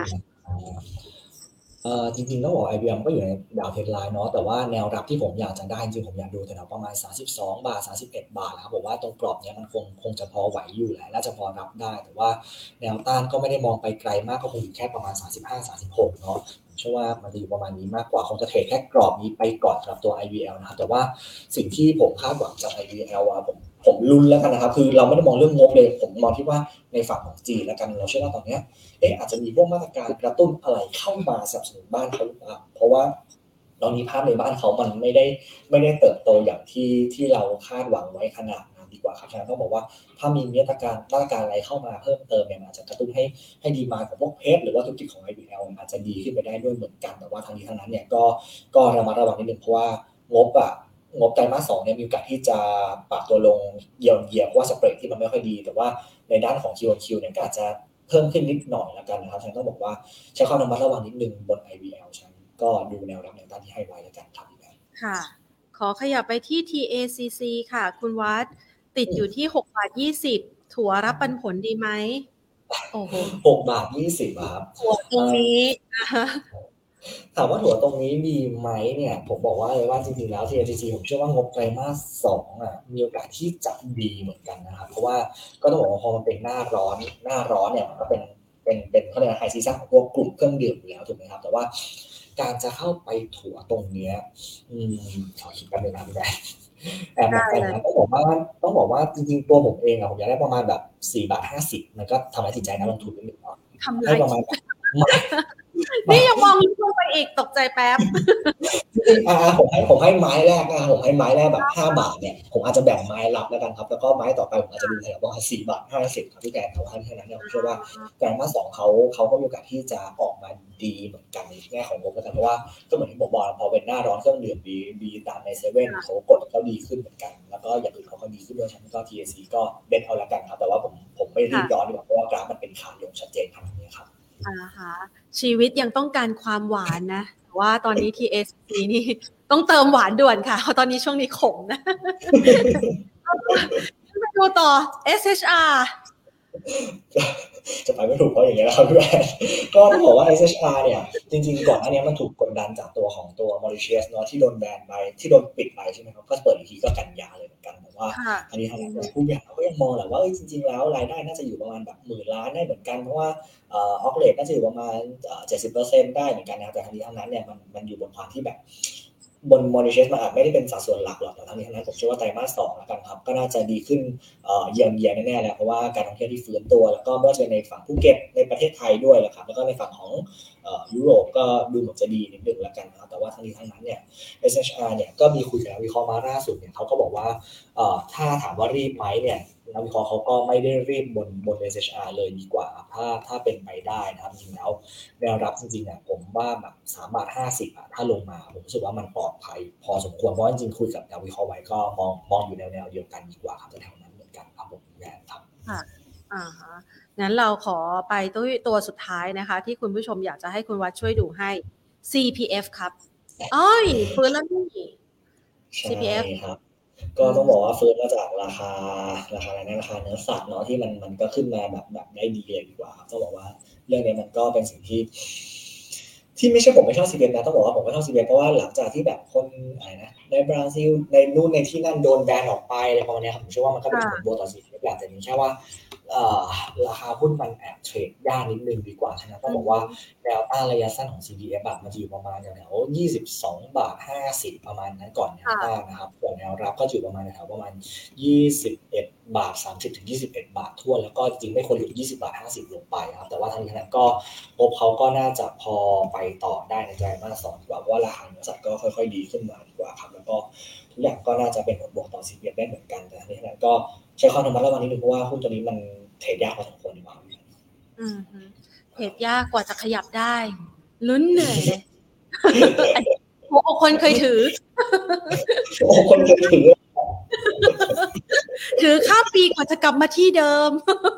จริงๆต้องบอก IBM ก็อยู่ในดาวเทรนไลน์เนาะแต่ว่าแนวรับที่ผมอยากจะได้จริงๆผมอยากดูแถวประมาณ32 บาท31 บาทนะครับผมว่าตรงกรอบเนี้ยมันคงจะพอไหวอยู่แหละน่าจะพอรับได้แต่ว่าแนวต้านก็ไม่ได้มองไปไกลมากก็คงอยู่แค่ประมาณ35-36เนาะผมเชื่อว่ามันจะอยู่ประมาณนี้มากกว่าคงจะเทรดแค่กรอบนี้ไปก่อนสำหรับตัว IVL นะครับแต่ว่าสิ่งที่ผมคาดหวังจาก IVL ผมลุ้นแล้วกันนะครับคือเราไม่ได้มองเรื่องงบเลยผมมองที่ว่าในฝั่งของจีนแล้วกันเราเชื่อว่าตอนนี้อาจจะมีพวกมาตรการกระตุ้นอะไรเข้ามาสนับสนุนบ้านเขาหรือเปล่าเพราะว่าตอนนี้ภาพในบ้านเขามันไม่ได้เติบโตอย่างที่เราคาดหวังไว้ขนาดนั้นดีกว่าครับฉะนั้นต้องบอกว่าถ้ามีมาตรการอะไรเข้ามาเพิ่มเติมเนี่ยอาจจะกระตุ้นให้ดีมานด์ของพวกเพชรหรือว่าธุรกิจของ IBL อาจจะดีขึ้นไปได้ด้วยเหมือนกันแต่ว่าทางนี้ทางนั้นเนี่ยก็ระมัดระวังนิดนึงเพราะว่างบไตรมาส 2เนี่ยมีโอกาสที่จะปรับตัวลงเยียเพราะว่าสเปรดที่มันไม่ค่อยดีแต่ว่าในด้านของ Q-on-Q เนี่ยก็อาจจะเพิ่มขึ้นนิดหน่อยแล้วกันนะครับฉันต้องบอกว่าใช้ความระมัดระวังนิดนึงบน IVL ฉันก็ดูแนวรับแนวต้านที่ให้ไว้แล้วกันครับค่ะขอขยับไปที่ TACC ค่ะคุณวัดติดอยู่ที่6.20 ถั่วรับปันผลดีไหมโอ้โห 6.20 ครับถั่วตรงนี้ถามว่าถั่วตรงนี้ดีไหมเนี่ยผมบอกว่าเลยว่าจริงๆแล้ว TACC ผมเชื่อว่างบไตรมาส 2มีโอกาสที่จะดีเหมือนกันนะครับเพราะว่าก็ต้องบอกว่าพอมันเป็นหน้าร้อนเนี่ยมันก็เป็นเขาเรียกว่าไฮซีซั่นของพวกกลุ่มเครื่องดื่มอยู่แล้วถูกไหมครับแต่ว่าการจะเข้าไปถั่วตรงเนี้ยขอคิดกันเลยนะพี่แม่แอบแบบนั้นต้องบอกว่าจริงๆตัวผมเองผมอยากได้ประมาณแบบ4.50 มันก็ทำให้จิตใจนักลงทุนนิดนึงเนาะให้ประมาณนี่ยังมองลึกลงไปอีกตกใจแป๊บผมให้ไม้แรกนะผมให้ไม้แรกแบบ5 บาทเนี่ยผมอาจจะแบ่งไม้รับแล้วกันครับแล้วก็ไม้ต่อไปผมอาจจะดูแถวประมาณ4.50 ครับพี่แกแต่ว่าแค่นั้นเนี่ยผมเชื่อว่าไตรมาส 2เขาก็มีโอกาสที่จะออกมาดีเหมือนกันในแง่ของงบแล้วกันเพราะว่าก็เหมือนที่ผมบอกพอเป็นหน้าร้อนเครื่องดื่มดีตามในเซเว่นเขากดเขาดีขึ้นเหมือนกันแล้วก็อย่างอื่นเขาก็ดีขึ้นด้วยฉะนั้นก็ TAC ก็เด็ดเอาละกันครับแต่ว่าผมไม่รีบร้อนดีกว่าเพราะว่ากราฟมันเป็นขาลงชัดเจนขนาดนี้ครับชีวิตยังต้องการความหวานนะแต่ว่าตอนนี้ TAC นี่ต้องเติมหวานด่วนค่ะเพราะตอนนี้ช่วงนี้ขมนะมาดูต่อ SHR จะไปไม่ถูกเพราะอย่างเงี้ยนะครับพี่แอนก็ต้องบอกว่า SHR เนี่ยจริงๆก่อนหน้านี้มันถูกกดดันจากตัวของตัว Mauritius เนาะที่โดนแบนไปที่โดนปิดไปใช่ไหมครับก็เปิดอีกทีก็กันยาเลยเหมือนกันแต่ว่าอันนี้ทางผู้บริหารก็ยังมองแหละว่าจริงๆแล้วรายได้น่าจะอยู่ประมาณแบบ10,000 ล้านได้เหมือนกันเพราะว่าออกเลทน่าจะอยู่ประมาณ70% ได้เหมือนกันนะครับแต่ทางนี้ทางนั้นเนี่ยมันอยู่บนความที่แบบบน Mauritius มันอาจไม่ได้เป็นสัดส่วนหลักหรอกแต่ทั้งนี้ทั้งนั้นผมเชื่อว่าไตรมาส 2แล้วกันครับก็น่าจะดีขึ้นเยียแน่ๆแหละเพราะว่าการท่องเที่ยวที่ฟื้นตัวแล้วก็ไม่ว่าจะเป็นในฝั่งภูเก็ตในประเทศไทยด้วยแหละครับแล้วก็ในฝั่งของยุโรปก็ดูเหมือนจะดีนิดนึงแล้วกันนะครับแต่ว่าทั้งนี้ทั้งนั้นเนี่ย SHR เนี่ยก็มีคุยกับนักวิเคราะห์มาล่าสุดเนี่ยเขาก็บอกว่าถ้าถามว่ารีบไหมเนี่ยนักวิเคราะห์เขาก็ไม่ได้รีบบน SHR เลยดีกว่าเพถ้าเป็นไปได้นะครับจริงแล้วแนวรับจริงๆผมว่าแบบ3.50 บาทถ้าลงมาผมรู้สึกว่ามันปลอดภัยพอสมควรเพราะจริงๆคุยกับนักวิเคราะห์ไว้ก็มองอยู่แนวเดียวกันดีกว่าครับแถวนั้นเหมือนกันครับผมแนวครับค่ะงั้นเราขอไปตัวสุดท้ายนะคะที่คุณผู้ชมอยากจะให้คุณวัดช่วยดูให้ CPF ครับฟื้นแล้วนี่ CPF ครับก็ต้องบอกว่าฟื้นมาจากราคาอะไรนะราคาเนื้อสัตว์เนาะที่มันก็ขึ้นมาแบบได้ดีเลยดีกว่าครับต้องบอกว่าเรื่องนี้มันก็เป็นสิ่งที่ไม่ใช่ผมไม่ชอบ CPF นะต้องบอกว่าผมไม่ชอบ CPF เพราะว่าหลังจากที่แบบคนอะไรนะในบราซิลในนู่นในที่นั่นโดนแบนออกไปอะไรประมาณนี้ครับผมเชื่อว่ามันก็เป็นผลบวกต่อ CPF แหละแต่นี่แค่ว่าราคาหุ้นมันแอบเทรดยากนิดนึงดีกว่านะต้องบอกว่าแนวต้านระยะสั้นของ CPF มันจะอยู่ประมาณแถว22.50 ประมาณนั้นก่อนแนวต้านนะครับส่วนแนวรับก็อยู่ประมาณแถวประมาณ21.30 ถึง 21 บาททั่วแล้วก็จริงไม่ควรหลุด20.50 ลงไปครับแต่ว่าทั้งนี้ทั้งนั้นก็งบเขาก็น่าจะพอไปต่อได้ในไตรมาส 2ดีกว่าเพราะว่าราคาเนื้อสัตว์ก็ค่อยๆดีขึ้นมาดีกว่าครับแล้วก็ทุกอย่างก็น่าจะเป็นผลบวกต่อ CPF ได้เหมือนกันแต่ทั้งนี้ทั้งนั้นก็ใช้ความระมัดระวังนิดนึงเพราะว่าหุ้นตัวนี้มันเทรดยากพอสมควรดีกว่าเทรดยากกว่าจะขยับได้ลุ้นเหนื่อยเลยหัวอกคนเคยถือถือข้ามปีกว่าจะกลับมาที่เดิม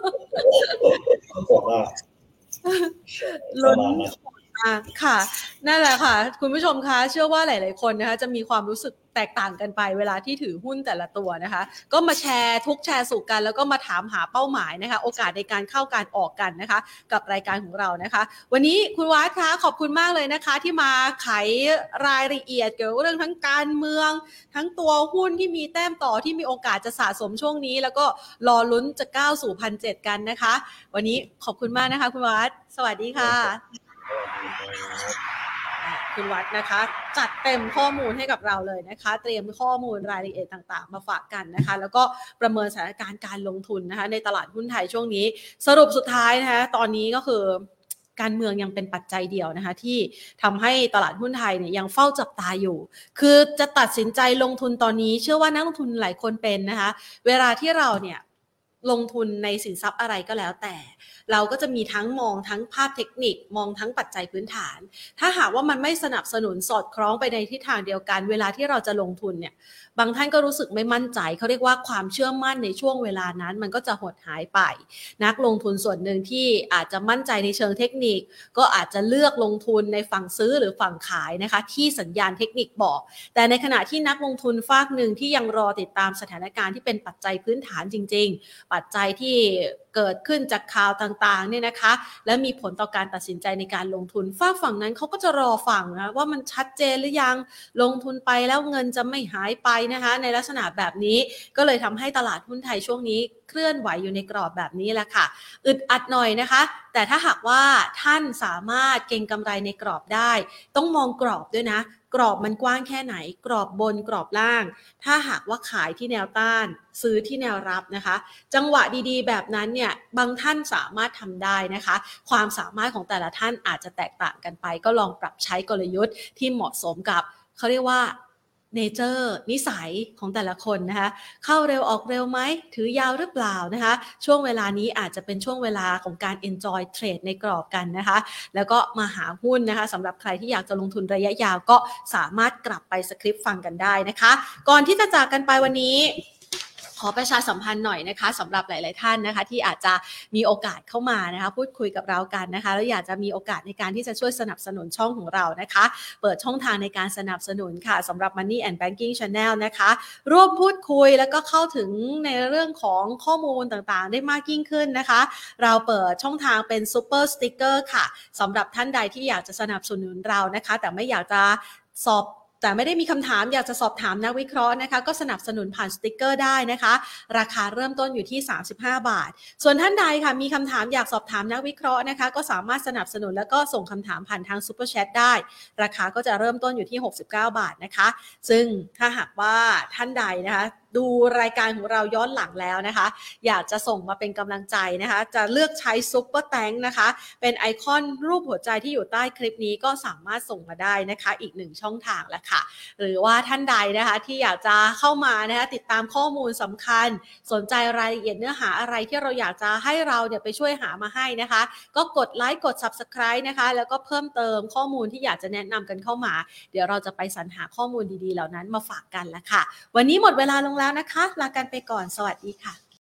ลุ้นค่ะนั่นแหละค่ะคุณผู้ชมคะเชื่อว่าหลายๆคนนะคะจะมีความรู้สึกแตกต่างกันไปเวลาที่ถือหุ้นแต่ละตัวนะคะก็มาแชร์ทุกแชร์สู่กันแล้วก็มาถามหาเป้าหมายนะคะโอกาสในการเข้าการออกกันนะคะกับรายการของเรานะคะวันนี้คุณวัดคะขอบคุณมากเลยนะคะที่มาไขรายละเอียดเกี่ยวกับเรื่องทั้งการเมืองทั้งตัวหุ้นที่มีแต้มต่อที่มีโอกาสจะสะสมช่วงนี้แล้วก็รอลุ้นจะก้าวสู่ 1,700 กันนะคะวันนี้ขอบคุณมากนะคะคุณวัดสวัสดีค่ะคุณวัดนะคะจัดเต็มข้อมูลให้กับเราเลยนะคะเตรียมข้อมูลรายละเอียดต่างๆมาฝากกันนะคะแล้วก็ประเมินสถานการณ์การลงทุนนะคะในตลาดหุ้นไทยช่วงนี้สรุปสุดท้ายนะคะตอนนี้ก็คือการเมืองยังเป็นปัจจัยเดียวนะคะที่ทำให้ตลาดหุ้นไทยเนี่ยยังเฝ้าจับตาอยู่คือจะตัดสินใจลงทุนตอนนี้เชื่อว่านักลงทุนหลายคนเป็นนะคะเวลาที่เราเนี่ยลงทุนในสินทรัพย์อะไรก็แล้วแต่เราก็จะมีทั้งมองทั้งภาพเทคนิคมองทั้งปัจจัยพื้นฐานถ้าหากว่ามันไม่สนับสนุนสอดคล้องไปในทิศทางเดียวกันเวลาที่เราจะลงทุนเนี่ยบางท่านก็รู้สึกไม่มั่นใจเขาเรียกว่าความเชื่อมั่นในช่วงเวลานั้นมันก็จะหดหายไปนักลงทุนส่วนหนึ่งที่อาจจะมั่นใจในเชิงเทคนิคก็อาจจะเลือกลงทุนในฝั่งซื้อหรือฝั่งขายนะคะที่สัญญาณเทคนิคบอกแต่ในขณะที่นักลงทุนฝากหนึ่งที่ยังรอติดตามสถานการณ์ที่เป็นปัจจัยพื้นฐานจริงๆปัจจัยที่เกิดขึ้นจากข่าวต่างๆเนี่ยนะคะและมีผลต่อการตัดสินใจในการลงทุนฝั่งนั้นเขาก็จะรอฟังนะว่ามันชัดเจนหรือยังลงทุนไปแล้วเงินจะไม่หายไปนะคะในลักษณะแบบนี้ก็เลยทำให้ตลาดหุ้นไทยช่วงนี้เคลื่อนไหวอยู่ในกรอบแบบนี้แหละค่ะอึดอัดหน่อยนะคะแต่ถ้าหากว่าท่านสามารถเก็งกำไรในกรอบได้ต้องมองกรอบด้วยนะกรอบมันกว้างแค่ไหนกรอบบนกรอบล่างถ้าหากว่าขายที่แนวต้านซื้อที่แนวรับนะคะจังหวะดีๆแบบนั้นเนี่ยบางท่านสามารถทำได้นะคะความสามารถของแต่ละท่านอาจจะแตกต่างกันไปก็ลองปรับใช้กลยุทธ์ที่เหมาะสมกับเขาเรียกว่าเนเจอร์นิสัยของแต่ละคนนะคะเข้าเร็วออกเร็วไหมถือยาวหรือเปล่านะคะช่วงเวลานี้อาจจะเป็นช่วงเวลาของการ enjoy trade ในกรอบกันนะคะแล้วก็มาหาหุ้นนะคะสำหรับใครที่อยากจะลงทุนระยะยาวก็สามารถกลับไปสคริปต์ฟังกันได้นะคะก่อนที่จะจากกันไปวันนี้ขอประชาสัมพันธ์หน่อยนะคะสำหรับหลายๆท่านนะคะที่อาจจะมีโอกาสเข้ามานะคะพูดคุยกับเรากันนะคะแล้วอยากจะมีโอกาสในการที่จะช่วยสนับสนุนช่องของเรานะคะเปิดช่องทางในการสนับสนุนค่ะสำหรับ Money and Banking Channel นะคะร่วมพูดคุยแล้วก็เข้าถึงในเรื่องของข้อมูลต่างๆได้มากยิ่งขึ้นนะคะเราเปิดช่องทางเป็น Super Sticker ค่ะสำหรับท่านใดที่อยากจะสนับสนุนเรานะคะแต่ไม่อยากจะแต่ไม่ได้มีคำถามอยากจะสอบถามนักวิเคราะห์นะคะก็สนับสนุนผ่านสติกเกอร์ได้นะคะราคาเริ่มต้นอยู่ที่35 บาทส่วนท่านใดค่ะมีคำถามอยากสอบถามนักวิเคราะห์นะคะก็สามารถสนับสนุนแล้วก็ส่งคำถามผ่านทางซุปเปอร์แชทได้ราคาก็จะเริ่มต้นอยู่ที่69 บาทนะคะซึ่งถ้าหากว่าท่านใดนะคะดูรายการของเราย้อนหลังแล้วนะคะอยากจะส่งมาเป็นกำลังใจนะคะจะเลือกใช้ซุปเปอร์แตงนะคะเป็นไอคอนรูปหัวใจที่อยู่ใต้คลิปนี้ก็สามารถส่งมาได้นะคะอีก1ช่องทางแล้วค่ะหรือว่าท่านใดนะคะที่อยากจะเข้ามานะคะติดตามข้อมูลสำคัญสนใจรายละเอียดเนื้อหาอะไรที่เราอยากจะให้เราเนี่ยไปช่วยหามาให้นะคะก็กดไลค์กด Subscribe นะคะแล้วก็เพิ่มเติมข้อมูลที่อยากจะแนะนำกันเข้ามาเดี๋ยวเราจะไปสรรหาข้อมูลดีๆเหล่านั้นมาฝากกันแล้วค่ะวันนี้หมดเวลาลงแล้วนะคะลากันไปก่อนสวัสดีค่ะ